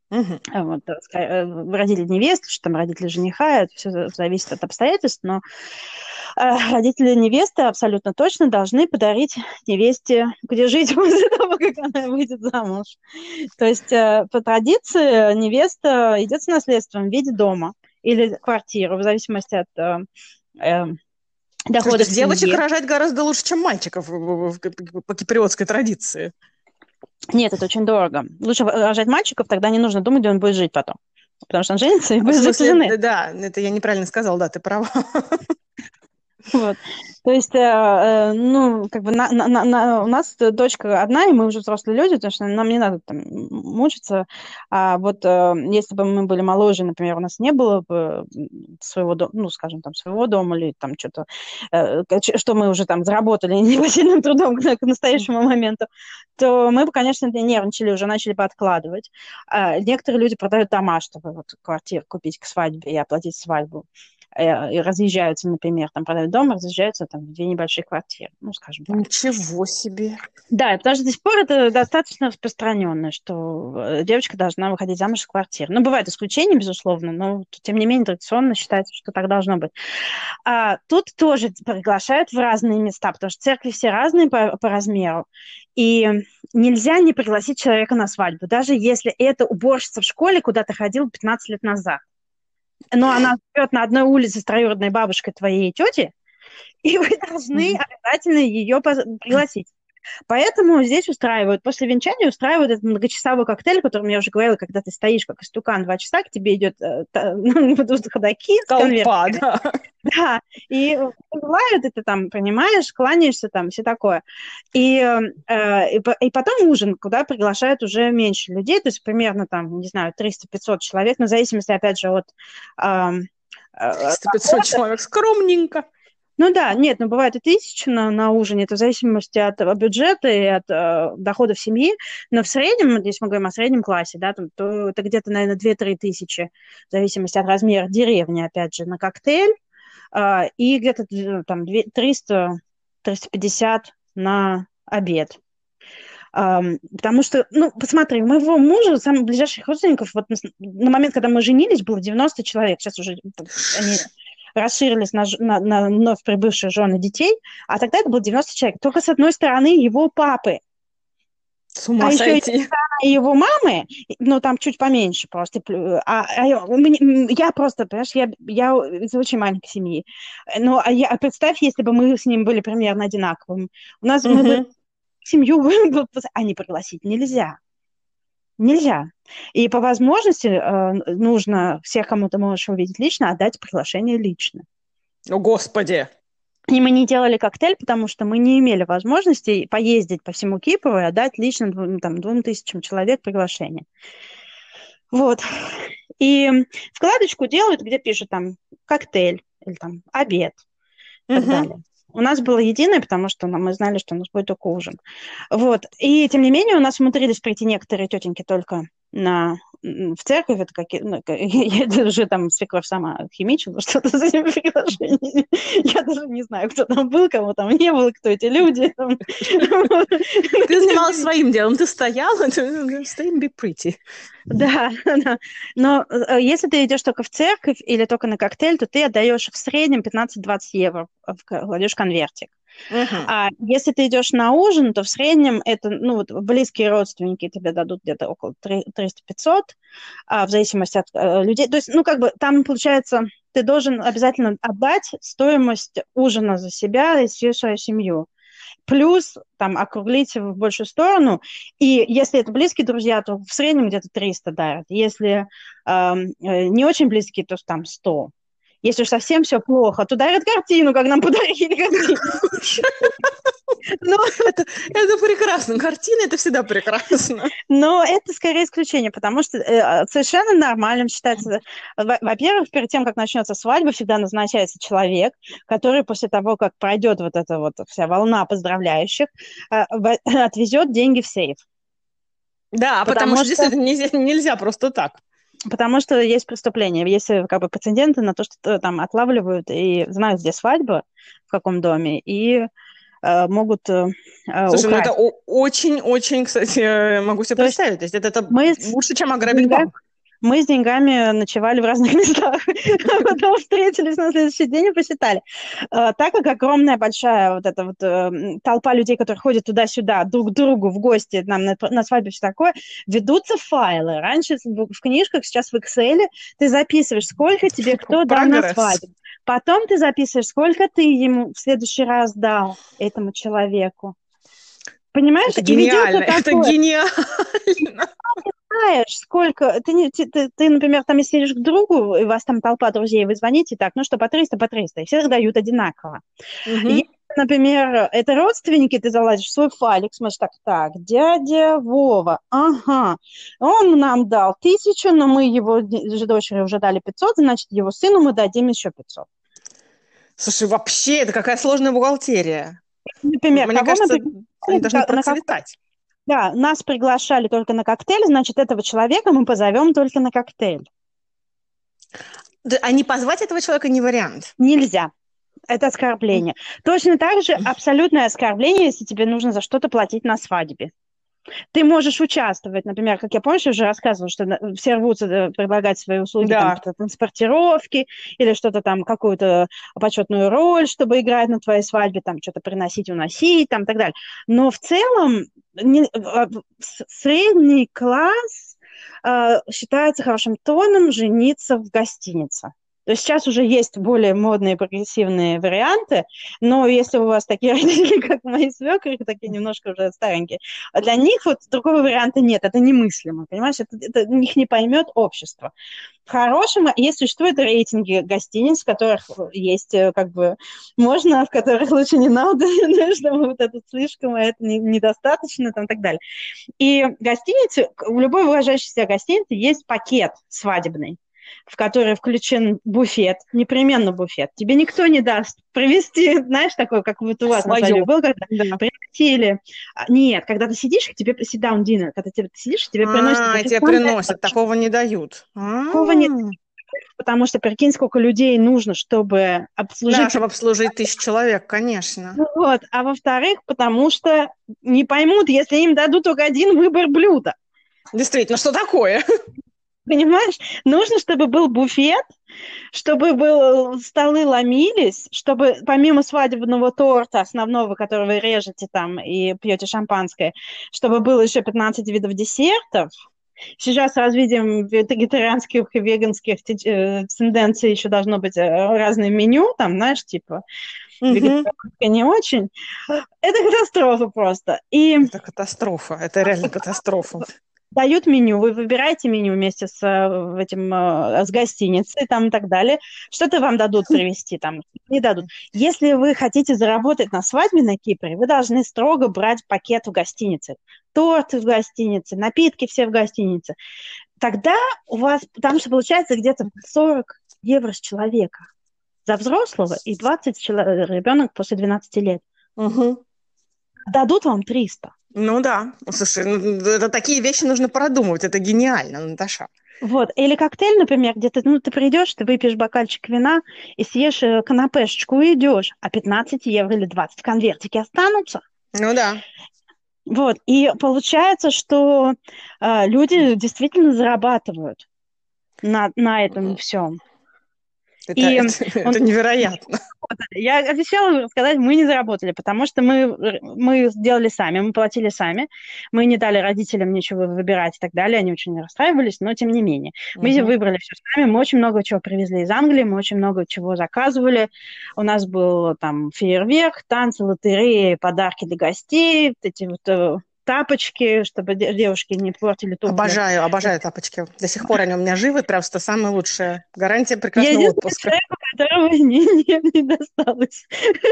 Мгм. Вот, э, ска- э, родители невесты, что там родители жениха, это все зависит от обстоятельств, но э, родители невесты абсолютно точно должны подарить невесте, где жить после того, как она выйдет замуж. То есть э, по традиции невеста идет с наследством в виде дома или квартиры, в зависимости от э, э, Слушай, то доходов есть девочек семьи. рожать гораздо лучше, чем мальчиков в- в- в- по киприотской традиции. Нет, это очень дорого. Лучше рожать мальчиков, тогда не нужно думать, где он будет жить потом. Потому что он женится и А, в будет жить у смысле, жены. да, да, это я неправильно сказала, да, ты права. Вот. То есть, э, э, ну, как бы на, на, на- на- у нас дочка одна, и мы уже взрослые люди, потому что нам не надо там мучиться. А вот э, если бы мы были моложе, например, у нас не было бы своего дома, ну, скажем, там, своего дома или там что-то, э, ч- что мы уже там заработали непосильным трудом к, к настоящему моменту, то мы бы, конечно, нервничали, уже начали бы откладывать. А некоторые люди продают дома, чтобы вот квартиру купить к свадьбе и оплатить свадьбу э, и разъезжаются, например, там продают дом, разъезжаются там в две небольшие квартиры, ну, скажем так. Ничего себе. Да, и потому что до сих пор это достаточно распространенно, что э, девочка должна выходить замуж в квартиру. Ну, бывают исключения, безусловно, но тем не менее традиционно считается, что так должно быть. А тут тоже приглашают в разные места, потому что церкви все разные по, по размеру, и нельзя не пригласить человека на свадьбу, даже если это уборщица в школе, куда ты ходил пятнадцать лет назад. Но она живет на одной улице с троюродной бабушкой твоей тети, и вы должны Мгм. обязательно ее пригласить. Поэтому здесь устраивают, после венчания устраивают этот многочасовой коктейль, о котором я уже говорила, когда ты стоишь как истукан два часа, к тебе идет э, та- ну, ходаки с Толпа, конвертами. да. Да, и бывает, и ты там понимаешь, кланяешься там, все такое. И, э, и, по- и потом ужин, куда приглашают уже меньше людей, то есть примерно там, не знаю, триста-пятьсот человек, но в зависимости, опять же, от ам, э, триста-пятьсот человек, скромненько. ну да, нет, ну бывает и тысяча на, на ужине, это в зависимости от э, бюджета и от э, доходов семьи, но в среднем, если мы говорим о среднем классе, да, там, то это где-то, наверное, две-три тысячи, в зависимости от размера деревни, опять же, на коктейль, э, и где-то э, там триста-триста пятьдесят на обед. Ам, потому что, ну, посмотри, у моего мужа, самых ближайших родственников, вот на, с- на момент, когда мы женились, было девяносто человек. Сейчас уже там, они расширились на, ж- на, на вновь прибывшие жены детей, а тогда это было девяносто человек. Только с одной стороны его папы, С а ума еще и сойти. его мамы, ну, там чуть поменьше просто. плю- А, а я, у меня- м, я просто, понимаешь, я, я из очень маленькой семьи. Ну, а я, а представь, если бы мы с ним были примерно одинаковыми. У нас мы бы Мгм. семью, а не пригласить нельзя. Нельзя. И по возможности э, нужно всех, кому ты можешь увидеть лично, отдать приглашение лично. О, Господи. И мы не делали коктейль, потому что мы не имели возможности поездить по всему Кипру и отдать лично двум, там, двум тысячам человек приглашение. Вот. И вкладочку делают, где пишут там коктейль или там обед и так Мгм. далее. У нас было единое, потому что ну, мы знали, что у нас будет только ужин. Вот. И тем не менее у нас умудрились прийти некоторые тетеньки только на м, в церковь, это какие, ну, ка- я уже там свекровь сама химичила что-то с этими приглашениями. Я даже не знаю, кто там был, кого там не было, кто эти люди. там. Вот. Но Ты тем не занималась менее, своим делом, ты стояла, ты stay and be pretty. да, да. Но э, если ты идешь только в церковь или только на коктейль, то ты отдаешь в среднем пятнадцать-двадцать евро, в к- кладешь конвертик. Мгм. А если ты идешь на ужин, то в среднем это, ну, вот близкие родственники тебе дадут где-то около триста-пятьсот, а, в зависимости от э, людей. То есть, ну, как бы там, получается, ты должен обязательно отдать стоимость ужина за себя и всю свою семью. Плюс там округлить в большую сторону. И если это близкие друзья, то в среднем где-то триста дарят. Если эм, э, не очень близкие, то там сто. Если уж совсем все плохо, то дарят картину, как нам подарили картину. Но, Это, это прекрасно. Картина — это всегда прекрасно. но это скорее исключение, потому что э, совершенно нормальным считается, во- во-первых, перед тем, как начнется свадьба, всегда назначается человек, который после того, как пройдет вот эта вот вся волна поздравляющих, э, в- отвезет деньги в сейф. Да, потому Потому что что действительно нельзя, нельзя просто так. Потому что есть преступление, есть э, как бы прецеденты на то, что э, там отлавливают и знают, где свадьба, в каком доме, и э, э, могут э, Слушай, ну украсть. это очень-очень, кстати, могу себе То есть представить. То есть это, это мы лучше, чем с ограбить деньгами, банк. мы с деньгами ночевали в разных местах, а потом встретились на следующий день и посчитали. Э, Так как огромная большая вот эта вот э, толпа людей, которые ходят туда-сюда, друг к другу в гости, нам на, на свадьбе все такое, ведутся файлы. Раньше в в книжках, сейчас в Excel ты записываешь, сколько тебе кто дал на Прогресс. свадьбу. Потом ты записываешь, сколько ты ему в следующий раз дал этому человеку. Понимаешь? Это И ведется гениально, это такое. гениально. Знаешь, сколько... Ты, не, ты, ты, ты, например, там, если едешь к другу, и у вас там толпа друзей, вы звоните так, ну что, по триста, по триста, и всех дают одинаково. Мгм. Если, например, это родственники, ты залазишь в свой файлик, смотришь, так, так, дядя Вова, ага, он нам дал тысячу, но мы его же дочери уже дали пятьсот, значит, его сыну мы дадим еще пятьсот. Слушай, вообще, это какая сложная бухгалтерия. Например, Мне кого мы кажется, они приглашали, должны на какой... процветать. Да, нас приглашали только на коктейль, значит, этого человека мы позовем только на коктейль. Да, а не позвать этого человека не вариант. Нельзя. Это оскорбление. Точно так же абсолютное оскорбление, если тебе нужно за что-то платить на свадьбе. Ты можешь участвовать, например, как я помню, я уже рассказывала, что на- все рвутся э, предлагать свои услуги там, Да. по транспортировке или что-то там, какую-то почетную роль, чтобы играть на твоей свадьбе, там что-то приносить, уносить, там и так далее. Но в целом не- а, с- средний класс э, считается хорошим тоном жениться в гостинице. То есть сейчас уже есть более модные прогрессивные варианты, но если у вас такие родители, как мои свекры, такие немножко уже старенькие, а для них вот другого варианта нет, это немыслимо, понимаешь, это, это их не поймет общество. В хорошем, есть существуют рейтинги гостиниц, в которых есть э, как бы можно, в которых лучше не надо, чтобы вот это слишком, а это не- недостаточно, там и так далее. И гостиницы, в любой уважающейся гостинице есть пакет свадебный, в который включен буфет, непременно буфет. Тебе никто не даст привезти, знаешь, такой, как вот у вас на Своё. свадьбе был, когда Да. приносили. А, Нет, когда ты сидишь, тебе sit-down dinner, когда ты сидишь, тебе приносят А, тебе официант, приносят, такого не дают. такого нет, А. потому что прикинь, сколько людей нужно, чтобы Да, обслужить. чтобы обслужить тысячу человек, конечно. Ну вот. А во-вторых, потому что не поймут, если им дадут только один выбор блюда. Действительно, что такое? Понимаешь? Нужно, чтобы был буфет, чтобы был, столы ломились, чтобы помимо свадебного торта основного, который вы режете там и пьете шампанское, чтобы было еще пятнадцать видов десертов. Сейчас с развитием вегетарианских и веганских э, тенденций еще должно быть э, разное меню, там, знаешь, типа Мгм. вегетарианское не очень. Это катастрофа просто. И Это катастрофа, это реально катастрофа. дают меню, вы выбираете меню вместе с э, этим, э, с гостиницей там и так далее. Что-то вам дадут привезти, там не дадут. Если вы хотите заработать на свадьбе на Кипре, вы должны строго брать пакет в гостинице. Торт в гостинице, напитки все в гостинице. Тогда у вас, потому что получается где-то сорок евро с человека за взрослого и двадцать чело- ребенок после двенадцати лет. Мгм. Дадут вам триста. Ну да. Слушай, ну, это такие вещи нужно продумывать. Это гениально, Наташа. Вот. Или коктейль, например, где ты, ну, ты придешь, ты выпьешь бокальчик вина и съешь э, канапешечку и идешь, а пятнадцать евро или двадцать в конвертике останутся. Ну да. Вот. И получается, что э, люди действительно зарабатывают на, на этом всем. Это, И это, он, это невероятно. я обещала рассказать, мы не заработали, потому что мы, мы сделали сами, мы платили сами, мы не дали родителям ничего выбирать и так далее, они очень расстраивались, но тем не менее. Мы Мгм. выбрали все сами, мы очень много чего привезли из Англии, мы очень много чего заказывали. У нас был там фейерверк, танцы, лотереи, подарки для гостей, вот эти вот э, тапочки, чтобы де- девушки не портили туфли. Обожаю, обожаю тапочки. До сих пор они у меня живы, просто самая лучшая гарантия Я прекрасного единственный отпуска. человек, у которого не, не, не досталось.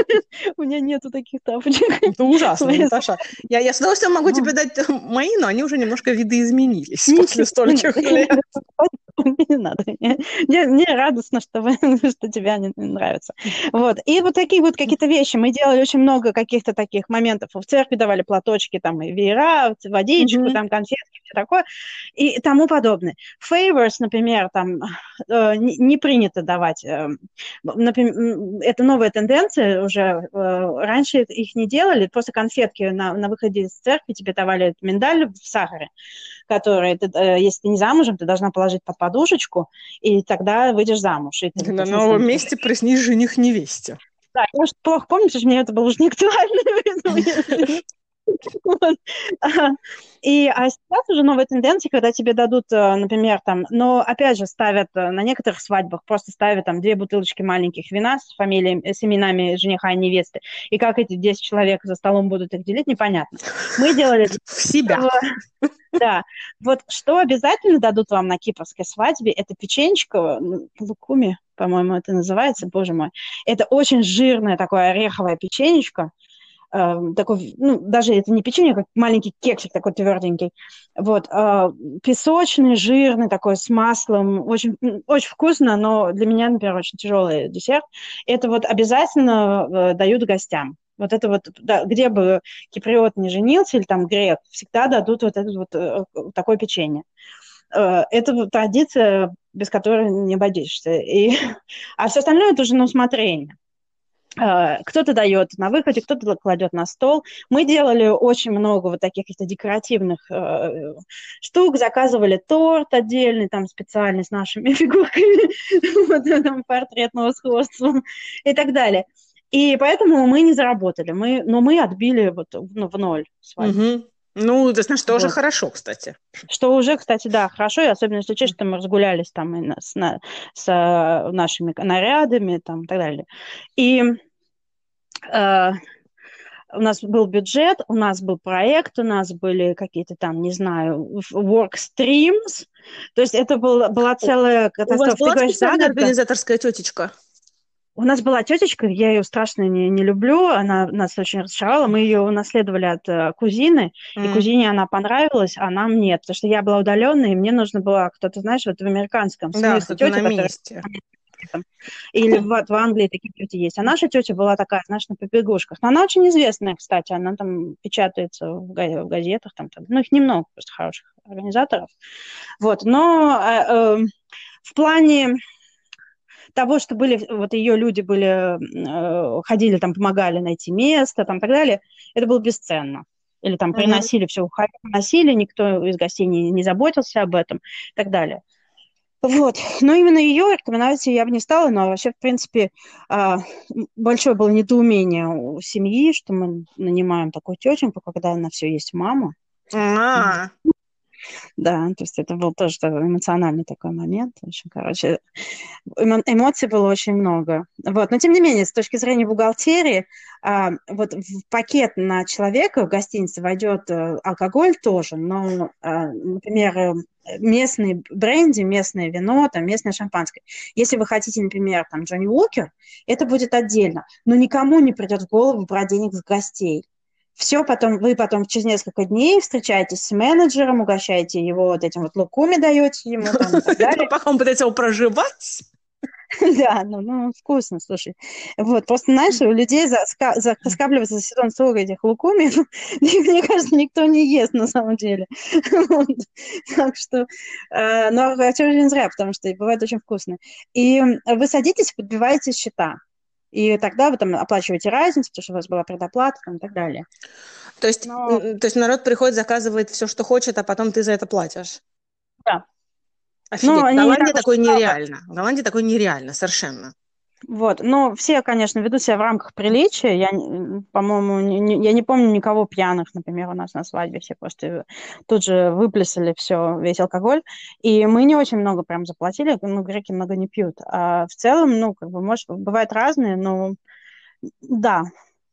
У меня нету таких тапочек. Это ужасно, Наташа. Я, я с удовольствием могу тебе дать э, мои, но они уже немножко видоизменились после Ничего, стольких лет. мне не надо. Мне, мне- мне радостно, что, вы- что тебе они нравятся. Вот. И вот такие вот какие-то вещи. Мы делали очень много каких-то таких моментов. В церкви давали платочки, там, и веера, водичку, Мгм. там, конфетки, все такое, и тому подобное. Favors, например, там, э, не, не принято давать э, например, это новая тенденция уже. Раньше их не делали, просто конфетки на, на выходе из церкви тебе давали миндаль в сахаре, который, ты, если ты не замужем, ты должна положить под подушечку, и тогда выйдешь замуж. И ты, На новом месте приснись жених невесте. Да, я может, плохо помню, потому что мне это было уже не актуально. Вот. И, а сейчас уже новые тенденции, когда тебе дадут, например, там, но опять же ставят на некоторых свадьбах, просто ставят там две бутылочки маленьких вина с фамилиями, с именами жениха и невесты. И как эти десять человек за столом будут их делить, непонятно. Мы делали... В себя. Да. Вот что обязательно дадут вам на кипрской свадьбе, это печенечко, лукуми, по-моему, это называется, боже мой. Это очень жирное такое ореховое печенечко. Такой, ну, даже это не печенье, как маленький кексик такой тверденький. Вот. Песочный, жирный такой, с маслом. Очень, очень вкусно, но для меня, например, очень тяжелый десерт. Это вот обязательно дают гостям. Вот это вот, да, где бы киприот не женился или там грек, всегда дадут вот это вот э, такое печенье. Э, это вот традиция, без которой не обойдешься. И, а все остальное это уже на усмотрение. Э, кто-то дает на выходе, кто-то кладет на стол. Мы делали очень много вот таких каких-то декоративных э, штук, заказывали торт отдельный, там специальный с нашими фигурками, вот, там, портретного сходства и так далее. И поэтому мы не заработали, мы, но мы отбили вот, ну, в ноль свадьбу. Угу. Ну, это значит, тоже вот. Хорошо, кстати. Что уже, кстати, да, хорошо, и особенно если учесть, что мы разгулялись там и с, на, с нашими нарядами там, и так далее. И э, у нас был бюджет, у нас был проект, у нас были какие-то там, не знаю, work streams, то есть это был, была целая катастрофа. У вас была специальная организаторская тетечка? У нас была тетечка, я ее страшно не, не люблю, она нас очень разочаровала, мы ее унаследовали от uh, кузины, mm. и кузине она понравилась, а нам нет, потому что я была удаленная, и мне нужно было кто-то, знаешь, вот в американском да, смысле тетя, на которая... месте. Или в, в Англии такие тети есть. А наша тетя была такая, знаешь, на побегушках. Но она очень известная, кстати, она там печатается в, в газетах, там, там, ну, их немного просто хороших организаторов. Вот, но э, э, в плане... того, что были, вот ее люди были, э, ходили, там, помогали найти место, там, и так далее, это было бесценно. Или там приносили, mm-hmm. все приносили, никто из гостей не, не заботился об этом, и так далее. Вот. Но именно ее рекомендовать я бы не стала, но вообще, в принципе, э, большое было недоумение у семьи, что мы нанимаем такую тетеньку, когда на все есть мама. Mm-hmm. Да, то есть это был тоже эмоциональный такой момент. В общем, короче, эмо- эмоций было очень много. Вот. Но, тем не менее, с точки зрения бухгалтерии, а, вот в пакет на человека в гостинице войдет а, алкоголь тоже, но, а, например, местный бренди, местное вино, там, местное шампанское. Если вы хотите, например, там, Джонни Уокер, это будет отдельно. Но никому не придет в голову брать денег с гостей. Все потом, вы потом через несколько дней встречаетесь с менеджером, угощаете его вот этим вот лукуми, даете ему там и так далее. Пока он пытается его проживать. Да, ну, ну, вкусно, слушай. Вот, просто, знаешь, у людей заска- за- скапливается за сезон сорок этих лукуми, мне кажется, никто не ест на самом деле. Вот. Так что, э, но это очень зря, потому что бывает очень вкусно. И вы садитесь, подбиваете счета. И тогда вы там оплачиваете разницу, потому что у вас была предоплата там, и так далее. То есть, Но... то есть народ приходит, заказывает все, что хочет, а потом ты за это платишь? Да. Офигеть. В Голландии не такое нереально. В Голландии такое нереально, совершенно. Вот, но все, конечно, ведут себя в рамках приличия. Я, по-моему, не, не, я не помню никого пьяных, например, у нас на свадьбе. Все просто тут же выплеснули все, весь алкоголь. И мы не очень много прям заплатили, ну, греки много не пьют. А в целом, ну, как бы, может, бывают разные, но да.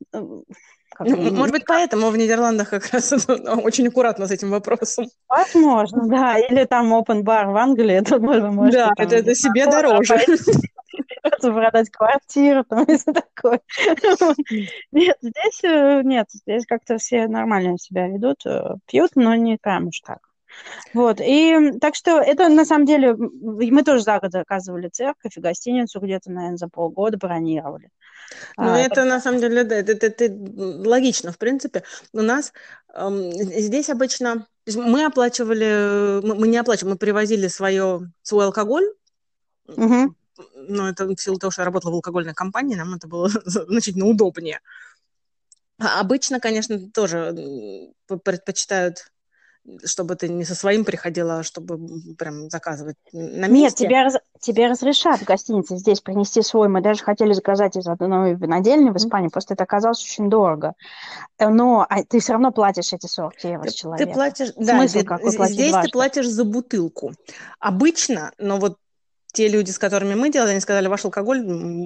Как ну, бы, может быть, поэтому в Нидерландах как раз очень аккуратно с этим вопросом. Возможно, да. Или там open bar в Англии, это можно, может, да, там, это, это себе дороже. Продать квартиру, там, и все такое. Нет, здесь нет, здесь как-то все нормально себя ведут, пьют, но не прям уж так. Вот, и так что это на самом деле, мы тоже за год заказывали церковь и гостиницу где-то, наверное, за полгода бронировали. Ну, а, это так... на самом деле, да, это, это, это логично, в принципе. У нас эм, здесь обычно, мы оплачивали, мы, мы не оплачивали, мы привозили свое, свой алкоголь, угу. но это в силу того, что я работала в алкогольной компании, нам это было значительно удобнее. А обычно, конечно, тоже предпочитают, чтобы ты не со своим приходила, а чтобы прям заказывать на месте. Нет, тебе, раз, тебе разрешат в гостинице здесь принести свой. Мы даже хотели заказать из одной винодельни в Испании, mm-hmm. просто это оказалось очень дорого. Но а, ты все равно платишь эти сорок евро ты, с человека. Ты платишь, да, Смысл какой платить здесь дважды? Ты платишь за бутылку. Обычно, но вот те люди, с которыми мы делали, они сказали, ваш алкоголь,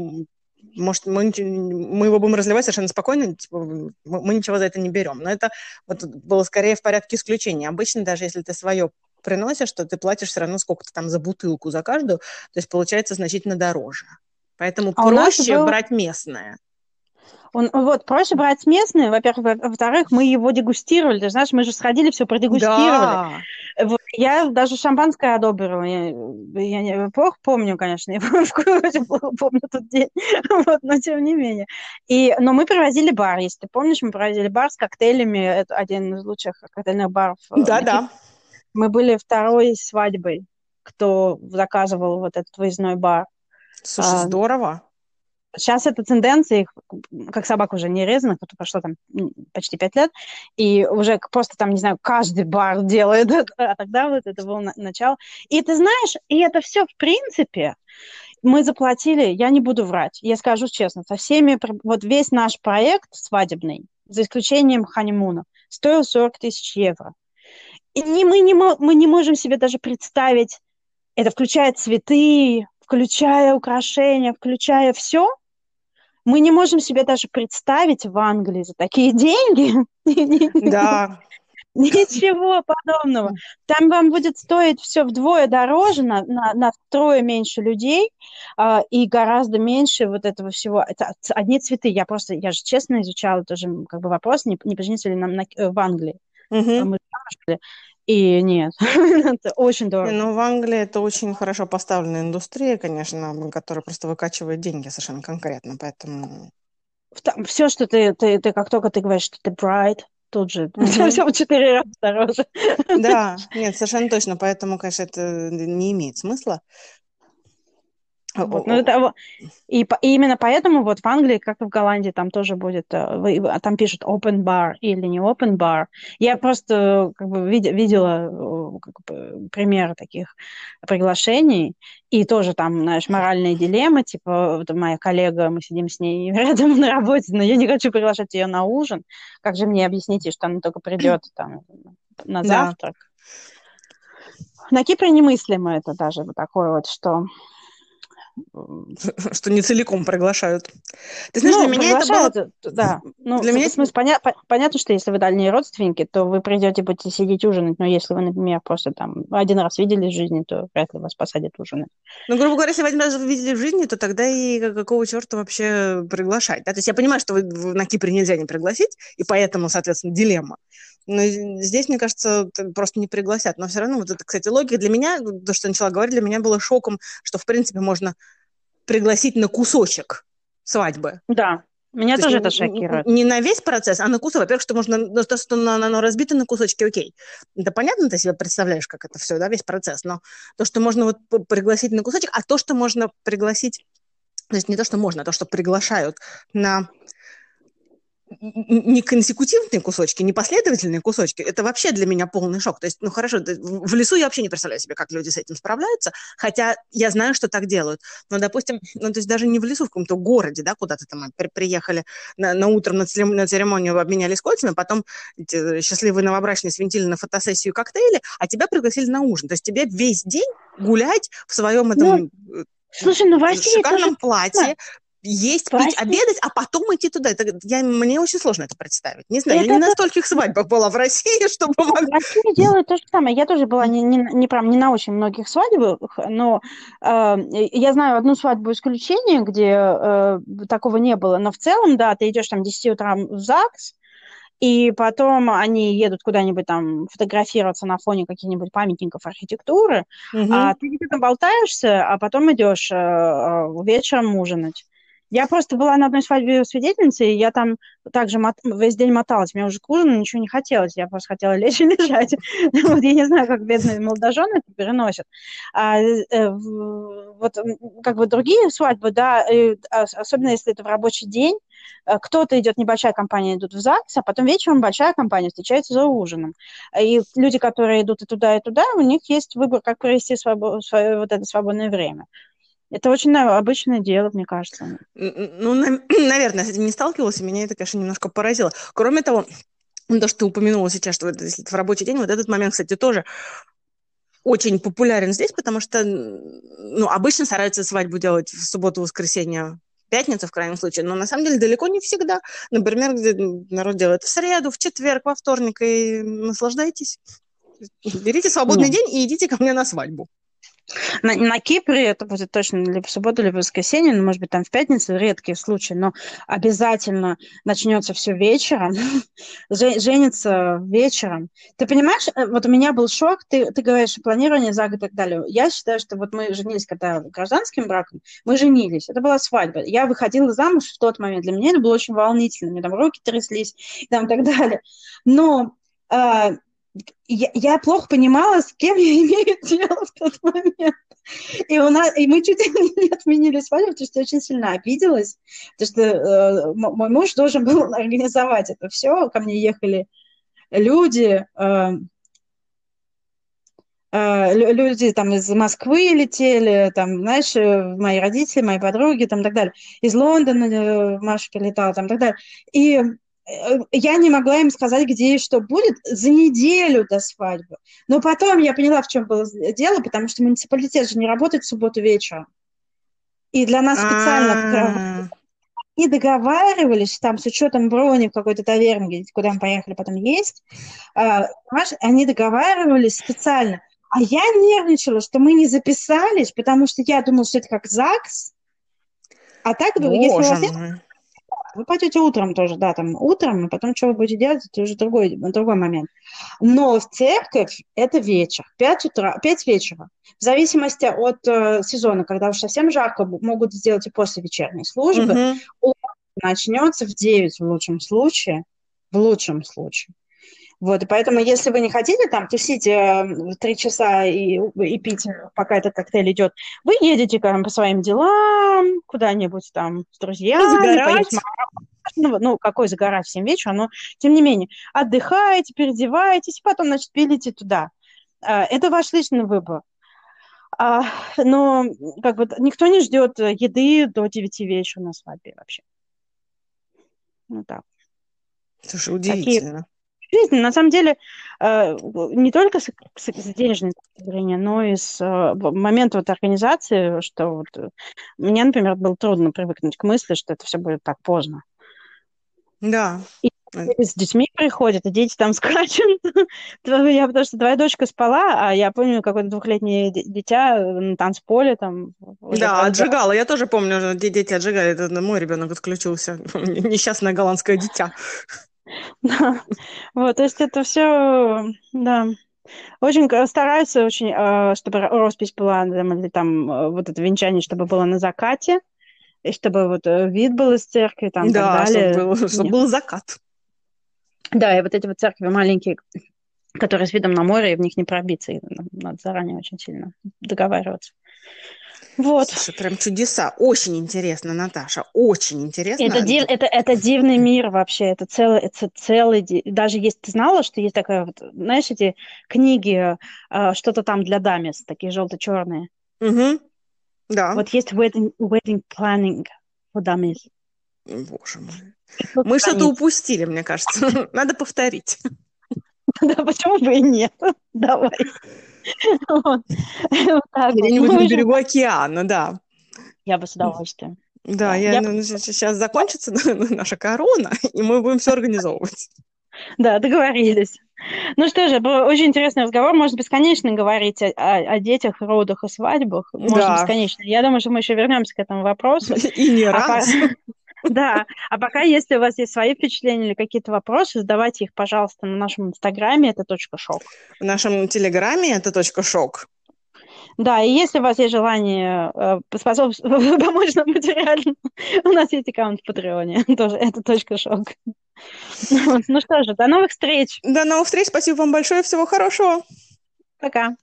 может, мы, мы его будем разливать совершенно спокойно, типа, мы ничего за это не берем. Но это вот было скорее в порядке исключения. Обычно, даже если ты свое приносишь, то ты платишь все равно сколько-то там за бутылку за каждую, то есть получается значительно дороже. Поэтому а проще был... брать местное. Он, вот, проще брать местное, во-первых. Во-вторых, мы его дегустировали. Ты знаешь, мы же сходили, все продегустировали. Да. Вот, я даже шампанское одобрила. Я, я не, плохо помню, конечно. Я плохо помню тот день. Вот, но тем не менее. И, но мы привозили бар. Если ты помнишь, мы привозили бар с коктейлями. Это один из лучших коктейльных баров. Да-да. Мы были второй свадьбой, кто заказывал вот этот выездной бар. Слушай, а, здорово. Сейчас это тенденция, как собак уже не резаных, это прошло там почти пять лет, и уже просто там, не знаю, каждый бар делает это, а тогда вот это было начало. И ты знаешь, и это все в принципе мы заплатили, я не буду врать, я скажу честно, со всеми, вот весь наш проект свадебный, за исключением ханимуна, стоил сорок тысяч евро. И не, мы, не, мы не можем себе даже представить, это включая цветы, включая украшения, включая все, мы не можем себе даже представить в Англии за такие деньги. Да. Ничего подобного. Там вам будет стоить все вдвое дороже, на, на, на втрое меньше людей э, и гораздо меньше вот этого всего. Это одни цветы. Я просто, я же честно изучала тоже как бы вопрос, не, не пожениться ли нам на, в Англии. Угу. Мы И нет, это очень дорого. Ну, в Англии это очень хорошо поставленная индустрия, конечно, которая просто выкачивает деньги совершенно конкретно, поэтому... Там, все, что ты, ты, ты, как только ты говоришь, что ты bride, тут же mm-hmm. все в четыре раза дороже. Да, нет, совершенно точно, поэтому, конечно, это не имеет смысла. Вот, ну, это, и, и именно поэтому вот в Англии, как и в Голландии, там тоже будет, там пишут open bar или не open bar. Я просто как бы видела как бы, примеры таких приглашений, и тоже там, знаешь, моральные дилеммы, типа вот моя коллега, мы сидим с ней рядом на работе, но я не хочу приглашать ее на ужин. Как же мне объясните, что она только придет там на завтрак? Да. На Кипре немыслимо это даже вот такое вот, что... Что не целиком приглашают. Ты знаешь, ну, для меня это было... Да. Ну, для в, меня... в смысле, поня... понятно, что если вы дальние родственники, то вы придете, будете сидеть ужинать, но если вы, например, просто там один раз видели в жизни, то вряд ли вас посадят ужинать. Ну, грубо говоря, если вы один раз видели в жизни, то тогда и какого черта вообще приглашать? Да? То есть я понимаю, что вы на Кипре нельзя не пригласить, и поэтому, соответственно, дилемма. Но здесь, мне кажется, просто не пригласят. Но все равно, вот это, кстати, логика для меня, то, что я начала говорить, для меня было шоком, что, в принципе, можно пригласить на кусочек свадьбы. Да, меня то тоже есть, это шокирует. Не на весь процесс, а на кусок. Во-первых, что можно, то, что оно разбито на кусочки, окей. Это понятно, ты себе представляешь, как это все, да, весь процесс. Но то, что можно вот пригласить на кусочек, а то, что можно пригласить, то есть не то, что можно, а то, что приглашают на... не консекутивные кусочки, не последовательные кусочки, это вообще для меня полный шок. То есть, ну хорошо, в лесу я вообще не представляю себе, как люди с этим справляются, хотя я знаю, что так делают. Но, допустим, ну то есть даже не в лесу, в каком-то городе, да, куда-то там при- приехали на, на утром на, церем- на церемонию, обменялись кольцами, потом эти счастливые новобрачные свинтили на фотосессию коктейли, а тебя пригласили на ужин. То есть тебе весь день гулять в своем этом ну, слушай, ну в России шикарном платье, есть, Прости. пить, обедать, а потом идти туда. Это, я, мне очень сложно это представить. Не знаю, это, я не это... на стольких свадьбах была в России, чтобы... В России делают то же самое. Я тоже была не, не, не, прям, не на очень многих свадьбах, но э, я знаю одну свадьбу исключения, где э, такого не было. Но в целом, да, ты идешь там в десять утра в ЗАГС, и потом они едут куда-нибудь там фотографироваться на фоне каких-нибудь памятников архитектуры, угу. а ты где-то болтаешься, а потом идешь э, вечером ужинать. Я просто была на одной свадьбе свидетельницей, и я там также мот... весь день моталась. Мне уже к ужину ничего не хотелось. Я просто хотела лечь и лежать. Вот я не знаю, как бедные молодожены это переносят. А, э, вот как бы другие свадьбы, да, э, особенно если это в рабочий день, э, кто-то идет, небольшая компания идут в ЗАГС, а потом вечером большая компания встречается за ужином. И люди, которые идут и туда, и туда, у них есть выбор, как провести свобо... свое вот это свободное время. Это очень обычное дело, мне кажется. Ну, на- наверное, с этим не сталкивалась, и меня это, конечно, немножко поразило. Кроме того, ну, то, что ты упомянула сейчас, что это, если это в рабочий день, вот этот момент, кстати, тоже очень популярен здесь, потому что, ну, обычно стараются свадьбу делать в субботу, воскресенье, пятницу, в крайнем случае, но на самом деле далеко не всегда. Например, где народ делает в среду, в четверг, во вторник, и наслаждайтесь. Берите свободный Нет. день и идите ко мне на свадьбу. На, на Кипре это будет точно либо в субботу, либо в воскресенье, ну, может быть, там в пятницу, редкие случаи, но обязательно начнется все вечером, женится вечером. Ты понимаешь, вот у меня был шок, ты, ты говоришь, планирование за год и так далее. Я считаю, что вот мы женились, когда гражданским браком, мы женились, это была свадьба. Я выходила замуж в тот момент, для меня это было очень волнительно, мне там руки тряслись и там так далее. Но... Я, я плохо понимала, с кем я имею дело в тот момент. И, у нас, и мы чуть не отменили свадьбу, потому что я очень сильно обиделась, потому что э, мой муж должен был организовать это все. Ко мне ехали люди, э, э, люди там из Москвы летели, там, знаешь, мои родители, мои подруги, там, и так далее. Из Лондона э, Маша прилетала, там, и так далее. И я не могла им сказать, где и что будет за неделю до свадьбы. Но потом я поняла, в чем было дело, потому что муниципалитет же не работает в субботу вечером. И для нас специально они договаривались там с учетом брони в какой-то таверне, куда мы поехали потом есть. Понимаешь, они договаривались специально. А я нервничала, что мы не записались, потому что я думала, что это как ЗАГС. А так, Боже если у вас мой. нет... Вы пойдете утром тоже, да, там утром, и потом что вы будете делать, это уже другой, другой момент. Но в церковь это вечер, пять утра, пять вечера. В зависимости от э, сезона, когда уж совсем жарко, могут сделать и после вечерней службы. Угу. Он начнется в девять в лучшем случае, в лучшем случае. Вот, и поэтому, если вы не хотите там тусить э, три часа и, и пить, пока этот коктейль идет, вы едете там, по своим делам, куда-нибудь там с друзьями, поесть мороженого. Ну, какой загорать в семь вечера, но тем не менее, отдыхаете, переодеваетесь, и потом, значит, пилите туда. Э, это ваш личный выбор. А, но как бы никто не ждет еды до девяти вечера на свадьбе вообще. Ну так. Слушай, удивительно. Жизнь, на самом деле, не только с, с, с денежной точки зрения, но и с момента вот организации, что вот мне, например, было трудно привыкнуть к мысли, что это все будет так поздно. Да. И с детьми приходят, и дети там скачут. Я потому что твоя дочка спала, а я помню, какое-то двухлетнее дитя на танцполе там. Да, отжигала. Я тоже помню, где дети отжигали. Это мой ребенок отключился. Несчастное голландское дитя. Да, вот, то есть это все, да, очень стараются, очень, чтобы роспись была, или там вот это венчание, чтобы было на закате, и чтобы вот вид был из церкви, там, да, так далее. Чтобы был, чтобы был закат. Да, и вот эти вот церкви маленькие, которые с видом на море, и в них не пробиться, и надо заранее очень сильно договариваться. Вот. Слушай, прям чудеса. Очень интересно, Наташа, очень интересно. Это, див, это, это дивный мир вообще, это целый, это целый, даже есть, ты знала, что есть такая вот, знаешь, эти книги, что-то там для дамес, такие желто-черные. Угу. Да. Вот есть wedding, wedding planning for dummies. Боже мой. Мы что-то упустили, мне кажется. Надо повторить. Да, почему бы и нет? Давай. Где-нибудь на берегу океана, да. Я бы с удовольствием. Да, я, ну, сейчас закончится наша корона, и мы будем все организовывать. Да, договорились. Ну что же, был очень интересный разговор. Можно бесконечно говорить о, о, о детях, родах и свадьбах. Можно да. бесконечно. Я думаю, что мы еще вернемся к этому вопросу. И не раз. Да, а пока, если у вас есть свои впечатления или какие-то вопросы, задавайте их, пожалуйста, на нашем инстаграме, это точка шок. В нашем телеграме это точка шок. Да, и если у вас есть желание э, поспособ- помочь нам материально, у нас есть аккаунт в Патреоне, тоже, это точка шок. Ну ну что же, до новых встреч. До новых встреч, спасибо вам большое, всего хорошего. Пока.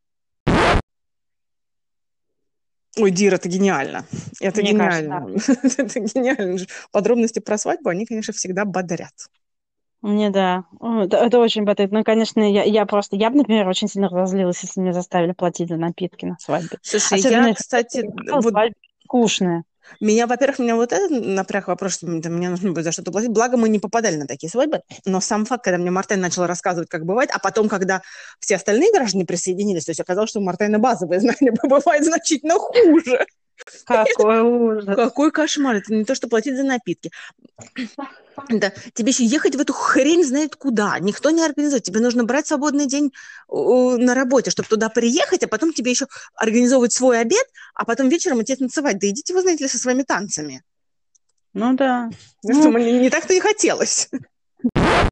Ой, Дир, это гениально. Это Мне кажется, да. гениально. Это гениально. Подробности про свадьбу, они, конечно, всегда бодрят. Мне да. О, Это, это очень ботает. Ну, конечно, я, я просто, я бы, например, очень сильно разозлилась, если меня заставили платить за напитки на свадьбе. Слушай, Особенно я, если кстати, вот свадьба скучная. меня, во-первых, меня вот этот напряг вопрос, что мне, там, мне нужно будет за что-то платить. Благо, мы не попадали на такие свадьбы. Но сам факт, когда мне Мартен начал рассказывать, как бывает, а потом, когда все остальные граждане присоединились, то есть оказалось, что у Мартена базовые знания бывает значительно хуже. Какой ужас. Какой кошмар. Это не то, что платить за напитки. Да, тебе еще ехать в эту хрень знает куда. Никто не организует. Тебе нужно брать свободный день э, на работе, чтобы туда приехать, а потом тебе еще организовывать свой обед, а потом вечером идти танцевать. Да идите вы, знаете ли, со своими танцами. Ну да. Что Ну, мне не так-то и хотелось.